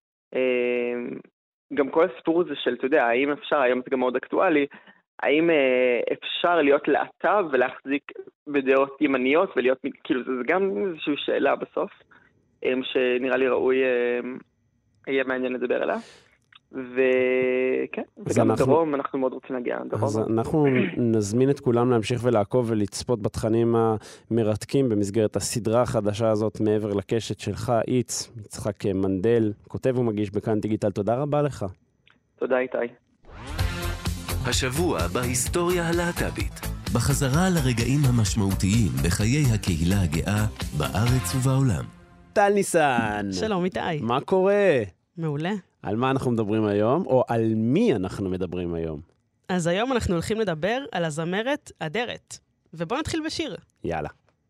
גם כל הסיפור הזה של, אתה יודע, האם אפשר, היום זה גם מאוד אקטואלי, האם אפשר להיות להט"ב ולהחזיק בדעות ימניות ולהיות, כאילו, זה גם איזושהי שאלה בסוף, שנראה לי ראוי, יהיה מעניין לדבר עליה. וכן, וגם אנחנו, דרום, אנחנו מאוד רוצים להגיע. אז דרום. אנחנו נזמין את כולם להמשיך ולעקוב ולצפות בתכנים המרתקים במסגרת הסדרה החדשה הזאת, מעבר לקשת שלך, איץ, יצחק מנדל, כותב ומגיש בכאן דיגיטל. תודה רבה לך. תודה איתי. השבוע בהיסטוריה הלהט"בית. בחזרה לרגעים המשמעותיים בחיי הקהילה הגאה בארץ ובעולם. טל ניסן. שלום איתי. מה קורה? מעולה. על מה אנחנו מדברים היום, או על מי אנחנו מדברים היום? אז היום אנחנו הולכים לדבר על הזמרת אדרת. ובואו נתחיל בשיר. יאללה.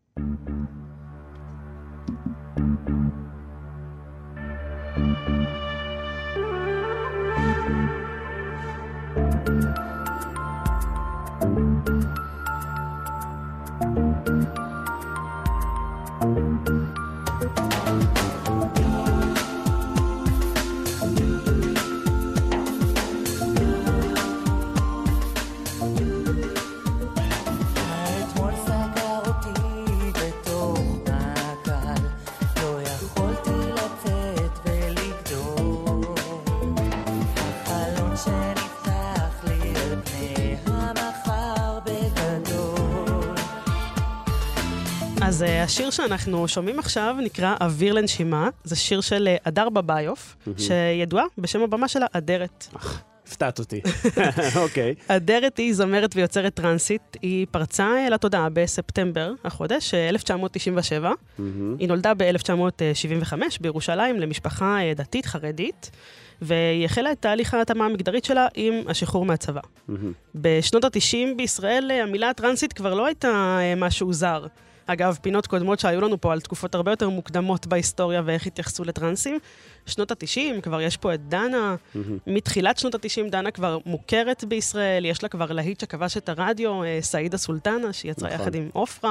אז השיר שאנחנו שומעים עכשיו נקרא אוויר לנשימה. זה שיר של אדר בביוף, שידועה בשם הבמה שלה אדרת. הפתעת אותי. אוקיי. אדרת היא זמרת ויוצרת טרנסית. היא פרצה לתודעה בספטמבר החודש, אלף תשע מאות תשעים ושבע. היא נולדה ב-אלף תשע מאות שבעים וחמש בירושלים למשפחה דתית חרדית, והיא החלה את תהליך ההתאמה המגדרית שלה עם השחרור מהצבא. בשנות ה-תשעים בישראל המילה הטרנסית כבר לא הייתה משהו זר. אגב, פינות קודמות שהיו לנו פה על תקופות הרבה יותר מוקדמות בהיסטוריה ואיך התייחסו לטרנסים. שנות ה-תשעים, כבר יש פה את דנה. Mm-hmm. מתחילת שנות ה-תשעים דנה כבר מוכרת בישראל, יש לה כבר להיט שכבש את הרדיו, סעידה סולטנה, שיצרה נכון. יחד עם אופרה.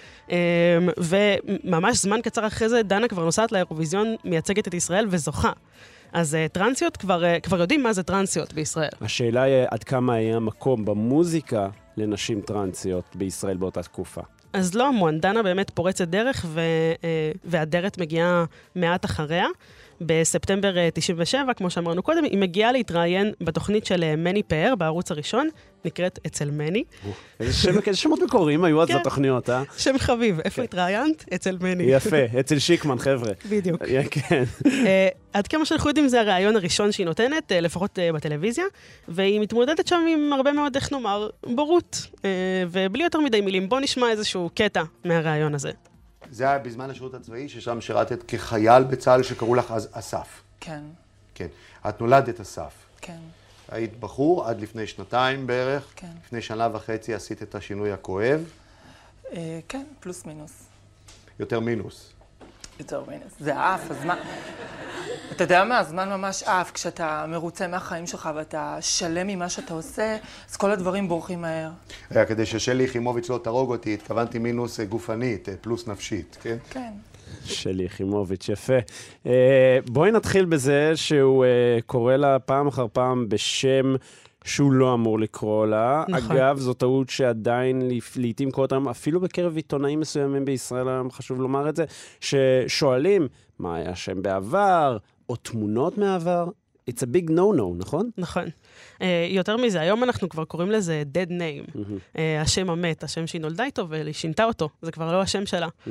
וממש זמן קצר אחרי זה, דנה כבר נוסעת לאירוויזיון, מייצגת את ישראל וזוכה. אז טרנסיות כבר, כבר יודעים מה זה טרנסיות בישראל. השאלה היא עד כמה היה מקום במוזיקה לנשים טרנסיות בישראל באותה תקופה. אז לא המון, דנה באמת פורצת דרך, ו... והדרת מגיעה מעט אחריה. בספטמבר תשעים ושבע, כמו שאמרנו קודם, היא מגיעה להתראיין בתוכנית של מני פאר, בערוץ הראשון, נקראת אצל מני. איזה שמות מקוריים היו אז בתוכניות, אה? שם חביב, איפה התראיינת? אצל מני. יפה, אצל שיקמן, חבר'ה. בדיוק. כן. עד כמה שאנחנו יודעים, זה הרעיון הראשון שהיא נותנת, לפחות בטלוויזיה, והיא מתמודדת שם עם הרבה מאוד, איך נאמר, בורות. ובלי יותר מדי מילים, בוא נשמע איזשהו קטע מהרעיון הזה. זה היה בזמן השירות הצבאי, ששם שירתת כחייל בצה"ל שקראו לך אז אסף. כן. כן. את נולדת אסף. כן. היית בחור עד לפני שנתיים בערך. כן. לפני שנה וחצי עשית את השינוי הכואב. אה, כן, פלוס מינוס. יותר מינוס. יותר מינוס. זה אף, הזמן... אתה יודע מה? הזמן ממש אף. כשאתה מרוצה מהחיים שלך ואתה שלם ממה שאתה עושה, אז כל הדברים בורחים מהר. היה כדי ששלי יחימוביץ' לא תרוג אותי, התכוונתי מינוס גופנית, פלוס נפשית, כן? כן. שלי יחימוביץ', יפה. בואי נתחיל בזה שהוא קורא לה פעם אחר פעם בשם שהוא לא אמור לקרוא לה. נכון. אגב, זו טעות שעדיין לעתים קוראת היום, אפילו בקרב עיתונאים מסוימים בישראל, חשוב לומר את זה, ששואלים מה היה שם בעבר, או תמונות מעבר. It's a big no-no, נכון? נכון. Uh, יותר מזה, היום אנחנו כבר קוראים לזה dead name. Mm-hmm. Uh, השם המת, השם שהיא נולדה איתו, והיא שינתה אותו. זה כבר לא השם שלה. Mm-hmm.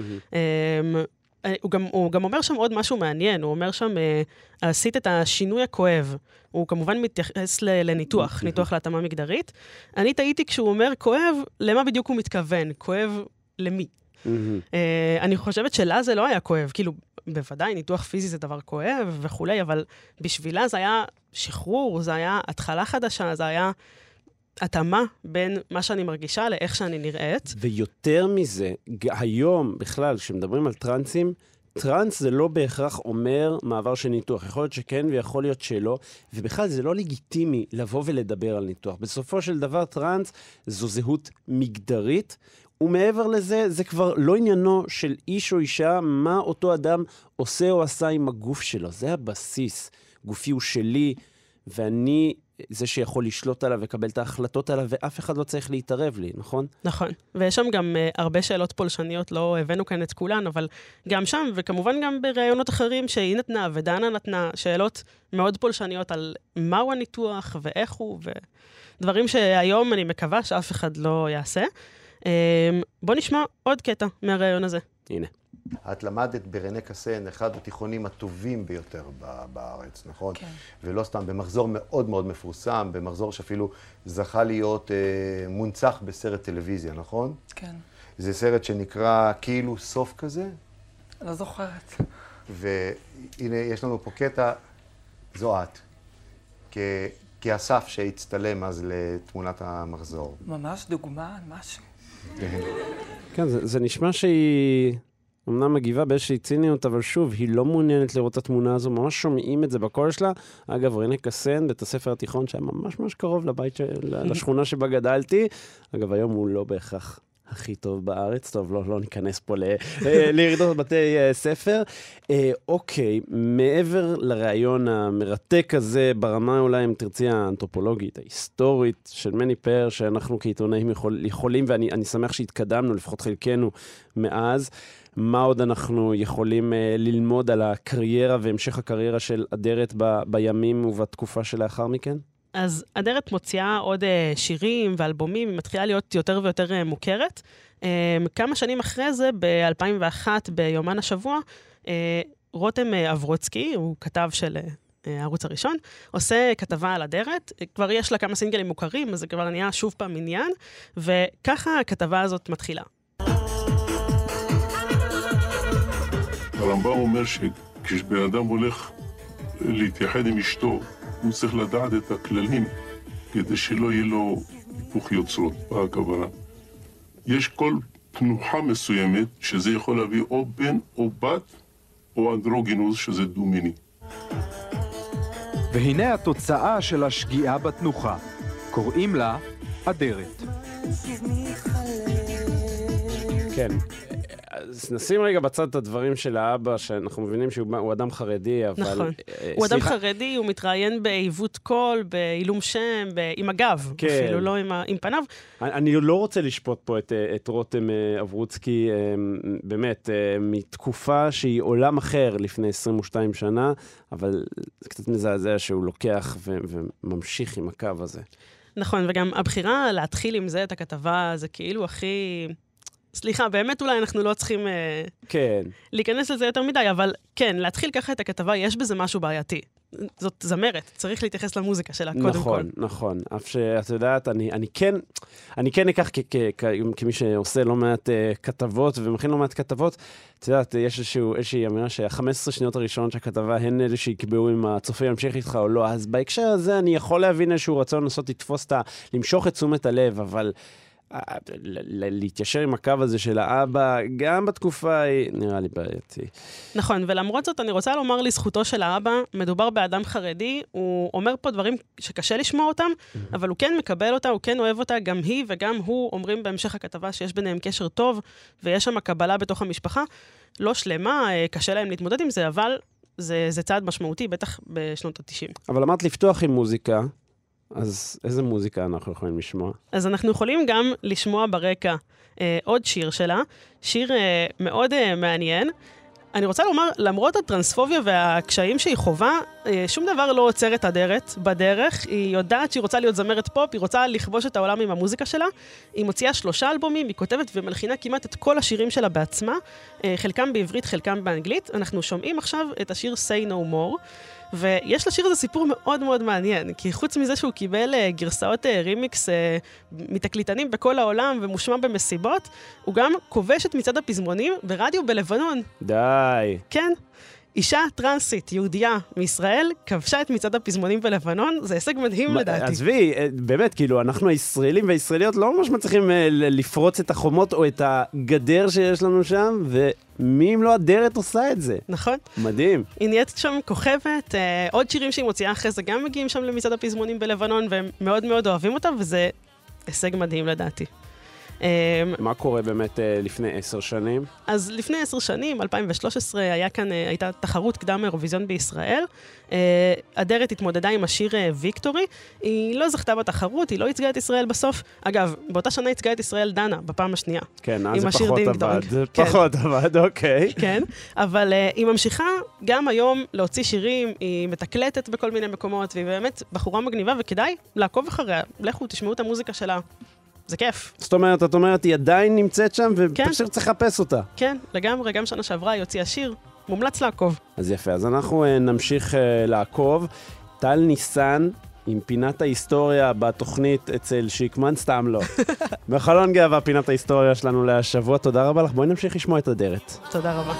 Um, הוא גם, הוא גם אומר שם עוד משהו מעניין. הוא אומר שם, uh, עשית את השינוי הכואב. הוא כמובן מתייחס לניתוח, ניתוח להתאמה מגדרית. אני טעיתי כשהוא אומר כואב, למה בדיוק הוא מתכוון? כואב למי? Mm-hmm. Uh, אני חושבת שלה זה לא היה כואב. כאילו, בוודאי, ניתוח פיזי זה דבר כואב וכולי, אבל בשבילה זה היה שחרור, זה היה התחלה חדשה, זה היה התאמה בין מה שאני מרגישה לאיך שאני נראית. ויותר מזה, היום בכלל, כשמדברים על טרנסים, טרנס זה לא בהכרח אומר מעבר של ניתוח. יכול להיות שכן ויכול להיות שלא, ובכלל זה לא לגיטימי לבוא ולדבר על ניתוח. בסופו של דבר טרנס זו זהות מגדרית, ומעבר לזה, זה כבר לא עניינו של איש או אישה, מה אותו אדם עושה או עשה עם הגוף שלו. זה הבסיס. גופי הוא שלי, ואני זה שיכול לשלוט עליו וקבל את ההחלטות עליו, ואף אחד לא צריך להתערב לי, נכון? נכון. ויש שם גם uh, הרבה שאלות פולשניות, לא הבאנו כאן את כולן, אבל גם שם, וכמובן גם ברעיונות אחרים שהיא נתנה ודנה נתנה, שאלות מאוד פולשניות על מהו הניתוח ואיך הוא, ודברים שהיום אני מקווה שאף אחד לא יעשה. Um, בוא נשמע עוד קטע מהרעיון הזה. הנה. את למדת ברנה קסן, אחד התיכונים הטובים ביותר בארץ, נכון? כן. ולא סתם, במחזור מאוד מאוד מפורסם, במחזור שאפילו זכה להיות אה, מונצח בסרט טלוויזיה, נכון? כן. זה סרט שנקרא כאילו סוף כזה? לא זוכרת. והנה, יש לנו פה קטע, זו את, כ- כאסף שהצטלם אז לתמונת המחזור. ממש דוגמה, משהו. כן, זה, זה נשמע שהיא אמנם מגיבה באיזושהי ציניות, אבל שוב, היא לא מעוניינת לראות את התמונה הזו, ממש שומעים את זה בקול שלה. אגב, רנה קסן, בית הספר התיכון שהיה ממש ממש קרוב לבית, ש... לשכונה שבה גדלתי. אגב, היום הוא לא בהכרח הכי טוב בארץ, טוב, לא, לא ניכנס פה ל... לירידות בתי ספר. אוקיי, מעבר לרעיון המרתק הזה, ברמה אולי, אם תרצי, האנתרופולוגית, ההיסטורית של מני פאר, שאנחנו כעיתונאים יכול, יכולים, ואני שמח שהתקדמנו, לפחות חלקנו, מאז, מה עוד אנחנו יכולים uh, ללמוד על הקריירה והמשך הקריירה של אדרת ב- בימים ובתקופה שלאחר מכן? אז אדרת מוציאה עוד uh, שירים ואלבומים, היא מתחילה להיות יותר ויותר uh, מוכרת. Um, כמה שנים אחרי זה, ב-אלפיים ואחת, ביומן השבוע, uh, רותם uh, אברוצקי, הוא כתב של uh, הערוץ הראשון, עושה כתבה על אדרת, כבר יש לה כמה סינגלים מוכרים, אז זה כבר נהיה שוב פעם עניין, וככה הכתבה הזאת מתחילה. הרמב"ם אומר שכשבן אדם הולך להתייחד עם אשתו, הוא צריך לדעת את הכללים כדי שלא יהיה לו היפוך יוצרות. מה הכוונה? יש כל תנוחה מסוימת שזה יכול להביא או בן או בת או אנדרוגינוס שזה דו-מיני. והנה התוצאה של השגיאה בתנוחה. קוראים לה אדרת. כן. אז נשים רגע בצד את הדברים של האבא, שאנחנו מבינים שהוא אדם חרדי, אבל... נכון. הוא אדם חרדי, הוא מתראיין בעיוות קול, בעילום שם, עם הגב, אפילו לא עם פניו. אני לא רוצה לשפוט פה את רותם אברוצקי, באמת, מתקופה שהיא עולם אחר לפני עשרים ושתיים שנה, אבל זה קצת מזעזע שהוא לוקח וממשיך עם הקו הזה. נכון, וגם הבחירה להתחיל עם זה, את הכתבה, זה כאילו הכי... סליחה, באמת אולי אנחנו לא צריכים כן. להיכנס לזה יותר מדי, אבל כן, להתחיל ככה את הכתבה, יש בזה משהו בעייתי. זאת זמרת, צריך להתייחס למוזיקה שלה, קודם נכון, כל. נכון, נכון. אף שאת יודעת, אני, אני כן, אני כן אקח כ- כ- כ- כמי שעושה לא מעט uh, כתבות, ומכין לא מעט כתבות, את יודעת, יש איזשהו, איזושהי אמירה שה-חמש עשרה שניות הראשונות שהכתבה, הן אלה שיקבעו אם הצופה ימשיך איתך או לא, אז בהקשר הזה אני יכול להבין איזשהו רצון לנסות לתפוס את ה... למשוך את תשומת הלב, אבל... להתיישר עם הקו הזה של האבא, גם בתקופה היא נראה לי בעייתי. נכון, ולמרות זאת אני רוצה לומר לזכותו של האבא, מדובר באדם חרדי, הוא אומר פה דברים שקשה לשמוע אותם, אבל הוא כן מקבל אותה, הוא כן אוהב אותה, גם היא וגם הוא אומרים בהמשך הכתבה שיש ביניהם קשר טוב, ויש שם קבלה בתוך המשפחה, לא שלמה, קשה להם להתמודד עם זה, אבל זה, זה צעד משמעותי, בטח בשנות ה-תשעים. אבל אמרת לפתוח עם מוזיקה, אז איזה מוזיקה אנחנו יכולים לשמוע? אז אנחנו יכולים גם לשמוע ברקע אה, עוד שיר שלה, שיר אה, מאוד אה, מעניין. אני רוצה לומר, למרות הטרנספוביה והקשיים שהיא חובה, אה, שום דבר לא עוצר את אדרת בדרך. היא יודעת שהיא רוצה להיות זמרת פופ, היא רוצה לכבוש את העולם עם המוזיקה שלה. היא מוציאה שלושה אלבומים, היא כותבת ומלחינה כמעט את כל השירים שלה בעצמה, אה, חלקם בעברית, חלקם באנגלית. אנחנו שומעים עכשיו את השיר Say No More, ויש לשיר הזה סיפור מאוד מאוד מעניין, כי חוץ מזה שהוא קיבל uh, גרסאות uh, רימיקס uh, מתקליטנים בכל העולם ומושמע במסיבות, הוא גם כובש את מצעד הפזמונים ברדיו בלבנון. די. כן. אישה טרנסית, יהודייה מישראל, כבשה את מצעד הפזמונים בלבנון, זה הישג מדהים לדעתי. עזבי, באמת, כאילו, אנחנו הישראלים והישראליות לא ממש מצליחים לפרוץ את החומות או את הגדר שיש לנו שם, ומי אם לא הדרת עושה את זה. נכון. מדהים. היא נהיית שם כוכבת, עוד שירים שהיא מוציאה אחרי זה גם מגיעים שם למצעד הפזמונים בלבנון, והם מאוד מאוד אוהבים אותה, וזה הישג מדהים לדעתי. מה קורה באמת לפני עשר שנים? אז לפני עשר שנים, אלפיים ושלוש עשרה, היה כאן, הייתה תחרות קדם אירוויזיון בישראל. אדרת התמודדה עם השיר ויקטורי. היא לא זכתה בתחרות, היא לא ייצגה את ישראל בסוף. אגב, באותה שנה ייצגה את ישראל דנה, בפעם השנייה. כן, אז זה פחות עבד. זה פחות עבד, אוקיי. כן, אבל היא ממשיכה גם היום להוציא שירים, היא מתקלטת בכל מיני מקומות, והיא באמת בחורה מגניבה, וכדאי לעקוב אחריה. לכו, תשמעו את המוזיקה שלה. זה כיף. זאת אומרת, את אומרת, היא עדיין נמצאת שם, ופשוט צריך לחפש אותה. כן, לגמרי, גם שנה שעברה היא הוציאה שיר, מומלץ לעקוב. אז יפה, אז אנחנו נמשיך לעקוב. טל ניסן, עם פינת ההיסטוריה בתוכנית אצל שיקמן, סתם לא. בחלון גאווה, פינת ההיסטוריה שלנו להשבוע. תודה רבה לך, בואי נמשיך לשמוע את אדרת. תודה רבה.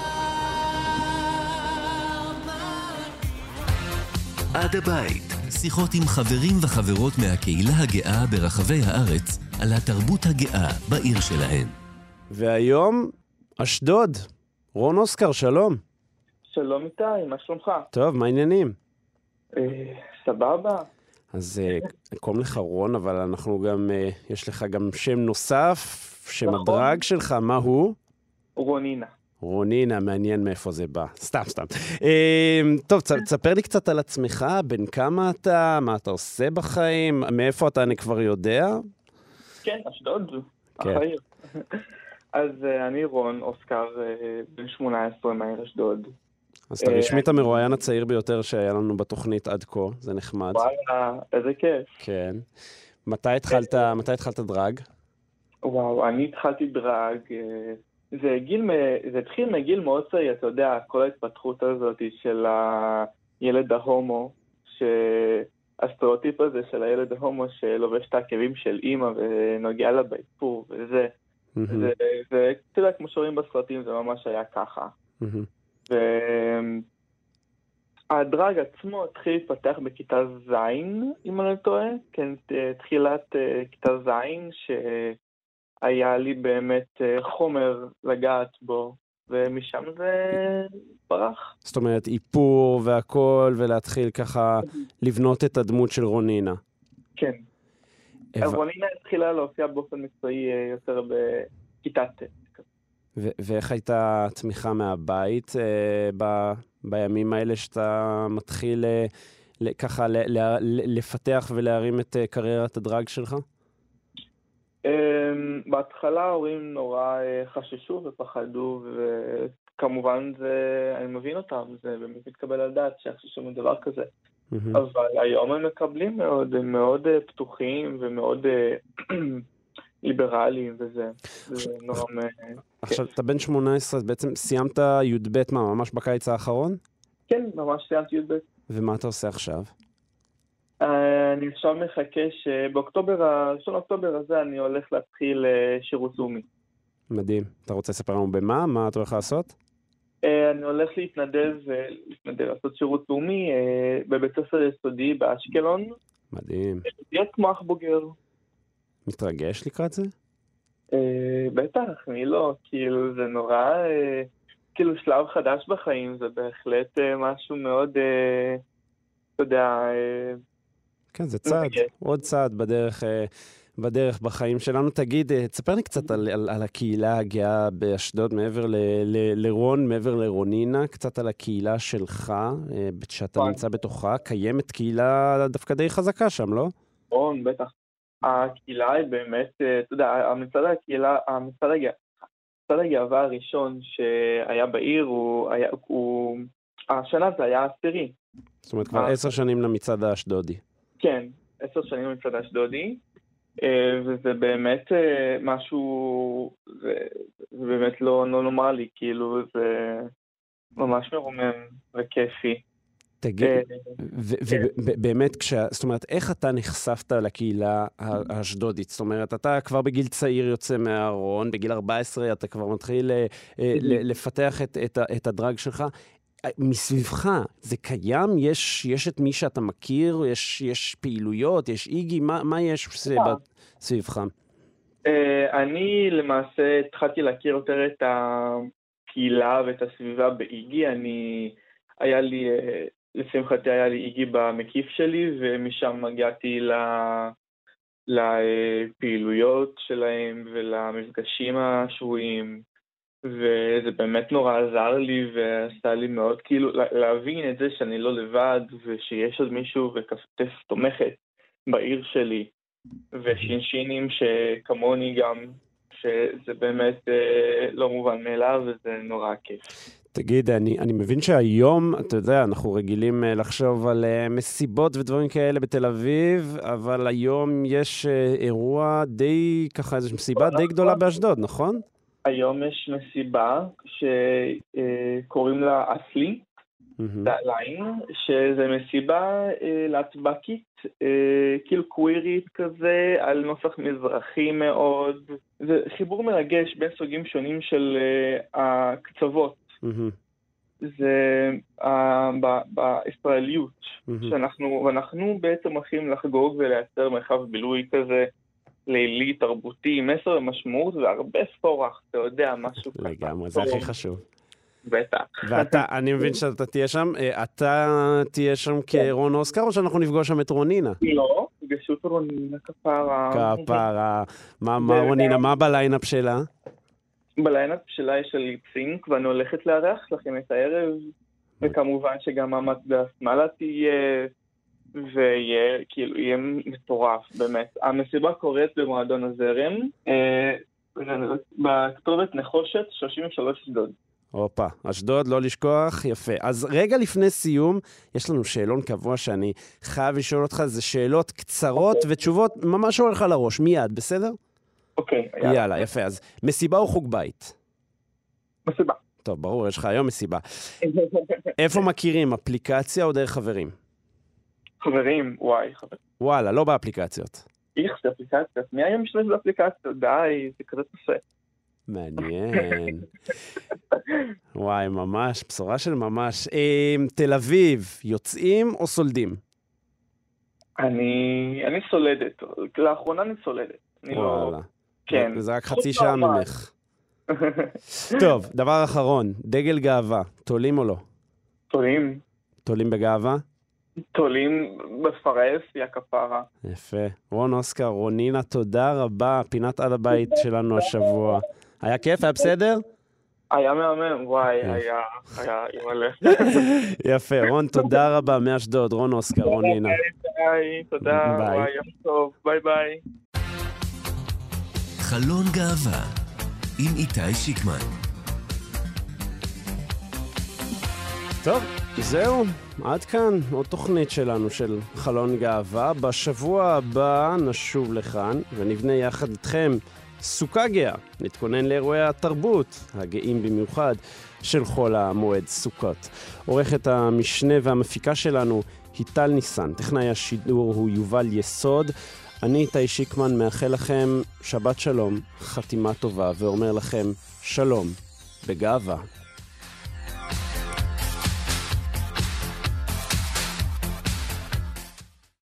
עד הבית. שיחות עם חברים וחברות מהקהילה הגאה ברחבי הארץ על התרבות הגאה בעיר שלהם. והיום, אשדוד. רון אוסקר, שלום. שלום איתי, מה שלומך? טוב, מה העניינים? אה, סבבה. אז קום לך רון, אבל אנחנו גם, אה, יש לך גם שם נוסף, שם נכון. הדרג שלך, מה הוא? רונינה. רונינה, מעניין מאיפה זה בא. סתם, סתם. אה, טוב, צ, תספר לי קצת על עצמך, בין כמה אתה, מה אתה עושה בחיים, מאיפה אתה אני כבר יודע? כן, אשדוד, כן. החיים. אז uh, אני רון אוסקר, uh, בן שמונה עשרה מהעיר אשדוד. אז אתה רשמית המרואיין הצעיר ביותר שהיה לנו בתוכנית עד כה, זה נחמד. וואלה, איזה כיף. כן. מתי התחלת, מתי התחלת דרג? וואו, אני התחלתי דרג... Uh, זה, גיל, זה התחיל מגיל מאוד צעיר, אתה יודע, כל ההתפתחות הזאת של הילד ההומו, שהסטריאוטיפ הזה של הילד ההומו שלובש את העקבים של אימא ונוגע לה באיפור, וזה, mm-hmm. זה, זה, אתה יודע, כמו שרואים בסרטים, זה ממש היה ככה. Mm-hmm. והדרג עצמו התחיל להתפתח בכיתה זין, אם אני לא טועה, כן, תחילת כיתה זין, ש... היה לי באמת חומר לגעת בו, ומשם זה ברח. זאת אומרת, איפור והכל, ולהתחיל ככה לבנות את הדמות של רונינה. כן. רונינה התחילה להופיע באופן מקצועי יותר בכיתה ט'. ואיך הייתה תמיכה מהבית בימים האלה שאתה מתחיל ככה לפתח ולהרים את קריירת הדרג שלך? בהתחלה ההורים נורא חששו ופחדו, וכמובן זה, אני מבין אותם, זה באמת מתקבל על דעת שיחששו מדבר כזה. אבל היום הם מקבלים מאוד, הם מאוד פתוחים ומאוד ליברליים, וזה נורא... עכשיו, אתה בן שמונה עשרה, אז בעצם סיימת י"ב, מה, ממש בקיץ האחרון? כן, ממש סיימתי י"ב. ומה אתה עושה עכשיו? אני עכשיו מחכה שבאוקטובר, הראשון לאוקטובר הזה אני הולך להתחיל שירות לאומי. מדהים. אתה רוצה לספר לנו במה? מה אתה הולך לעשות? אני הולך להתנדב, להתנדב לעשות שירות לאומי בבית ספר יסודי באשקלון. מדהים. להיות כמו אח בוגר. מתרגש לקראת זה? בטח, מי לא. כאילו זה נורא, כאילו שלב חדש בחיים, זה בהחלט משהו מאוד, אתה יודע... כן, זה צעד, עוד צעד בדרך, בדרך בחיים שלנו. תגיד, תספר לי קצת על, על, על הקהילה הגאה באשדוד, מעבר ל, ל, לרון, מעבר לרונינה, קצת על הקהילה שלך, שאתה נמצא בתוכה. קיימת קהילה דווקא די חזקה שם, לא? רון, בטח. הקהילה היא באמת, אתה יודע, המצעד הקהילה, המצעד הגאווה, המצעד הגאווה הראשון שהיה בעיר, הוא, היה, הוא, השנה זה היה עשירי. זאת אומרת, כבר עשר שנים למצעד האשדודי. כן, עשר שנים למצעד האשדודי, וזה באמת משהו, זה, זה באמת לא, לא נורמלי, כאילו זה ממש מרומם וכיפי. תגיד, ובאמת, זאת אומרת, איך אתה נחשפת לקהילה האשדודית? זאת אומרת, אתה כבר בגיל צעיר יוצא מהארון, בגיל ארבע עשרה אתה כבר מתחיל לפתח את הדרג שלך. מסביבך, זה קיים? יש, יש את מי שאתה מכיר? יש, יש פעילויות? יש איגי? מה, מה יש סביבך? אני למעשה התחלתי להכיר יותר את הקהילה ואת הסביבה באיגי. אני, היה לי, לשמחתי היה לי איגי במקיף שלי, ומשם הגעתי ל... לפעילויות שלהם ולמפגשים השבועיים, וזה באמת נורא עזר לי ועשה לי מאוד כאילו להבין את זה שאני לא לבד ושיש עוד מישהו וכתף תומכת בעיר שלי, ושינשינים שכמוני גם, שזה באמת לא מובן מאליו וזה נורא כיף. תגיד, אני, אני מבין שהיום, אתה יודע, אנחנו רגילים לחשוב על מסיבות ודברים כאלה בתל אביב, אבל היום יש אירוע די, ככה, איזו מסיבה די גדולה באשדוד, נכון? היום יש מסיבה שקוראים לה אסלי, ליין, שזה מסיבה להטבקית, כאילו קווירית כזה, על נוסח מזרחי מאוד. זה חיבור מרגש בין סוגים שונים של הקצוות. זה בישראליות שאנחנו, ואנחנו בעצם הולכים לחגוג ולייצר מרחב בילוי כזה לילי, תרבותי, מסר ומשמעות והרבה ספורח, אתה יודע, משהו כזה. לגמרי, זה הכי חשוב. בטח. ואתה, אני מבין שאתה תהיה שם, אתה תהיה שם כרון אוסקר, או שאנחנו נפגוש שם את רונינה? לא, פגשו את רונינה, כפרה. כפרה. מה רונינה, מה בליינאפ שלה? בליינאפ שלה יש על ליפסינק, ואני הולכת לארח לכם את הערב, וכמובן שגם המטבע שמאלה תהיה, ויהיה, כאילו, יהיה מטורף, באמת. המסיבה קורית במועדון הזרם, בכתובת נחושת שלושים ושלוש אשדוד. אופה, אשדוד, לא לשכוח, יפה. אז רגע לפני סיום, יש לנו שאלון קבוע שאני חייב לשאול אותך, זה שאלות קצרות ותשובות ממש הולך על הראש, מיד, בסדר? אוקיי, יאללה. יאללה, יפה. אז מסיבה או חוג בית? מסיבה. טוב, ברור, יש לך היום מסיבה. איפה מכירים, אפליקציה או דרך חברים? חברים, וואי, חברים. וואלה, לא באפליקציות. איך זה אפליקציות? מי היום משתמש באפליקציות? די, זה כזה תפה. מעניין. וואי, ממש, בשורה של ממש. אה, תל אביב, יוצאים או סולדים? אני, אני סולדת. לאחרונה אני סולדת. אני וואלה. לא... כן. זה רק חצי שעה ממך. טוב, דבר אחרון, דגל גאווה, תולים או לא? תולים. תולים בגאווה? תולים בפרס, יא כפרה. יפה. רון אוסקר, רונינה, תודה רבה. פינת על הבית שלנו השבוע. היה כיף? היה בסדר? היה מהמם, וואי, היה, היה אימא'לה. יפה, רון, תודה רבה מאשדוד, רון אוסקר, רונינה. ביי, תודה, וואי, יום טוב, ביי ביי. חלון גאווה עם איתי שיקמן. טוב, זהו, עד כאן עוד תוכנית שלנו של חלון גאווה. בשבוע הבא נשוב לכאן ונבנה יחד איתכם סוכה גאה. נתכונן לאירועי התרבות, הגאים במיוחד, של חול המועד סוכות. עורכת המשנה והמפיקה שלנו היא טל ניסן. טכנאי השידור הוא יובל יסוד. אני איתי שיקמן מאחל לכם שבת שלום, חתימה טובה, ואומר לכם שלום בגאווה.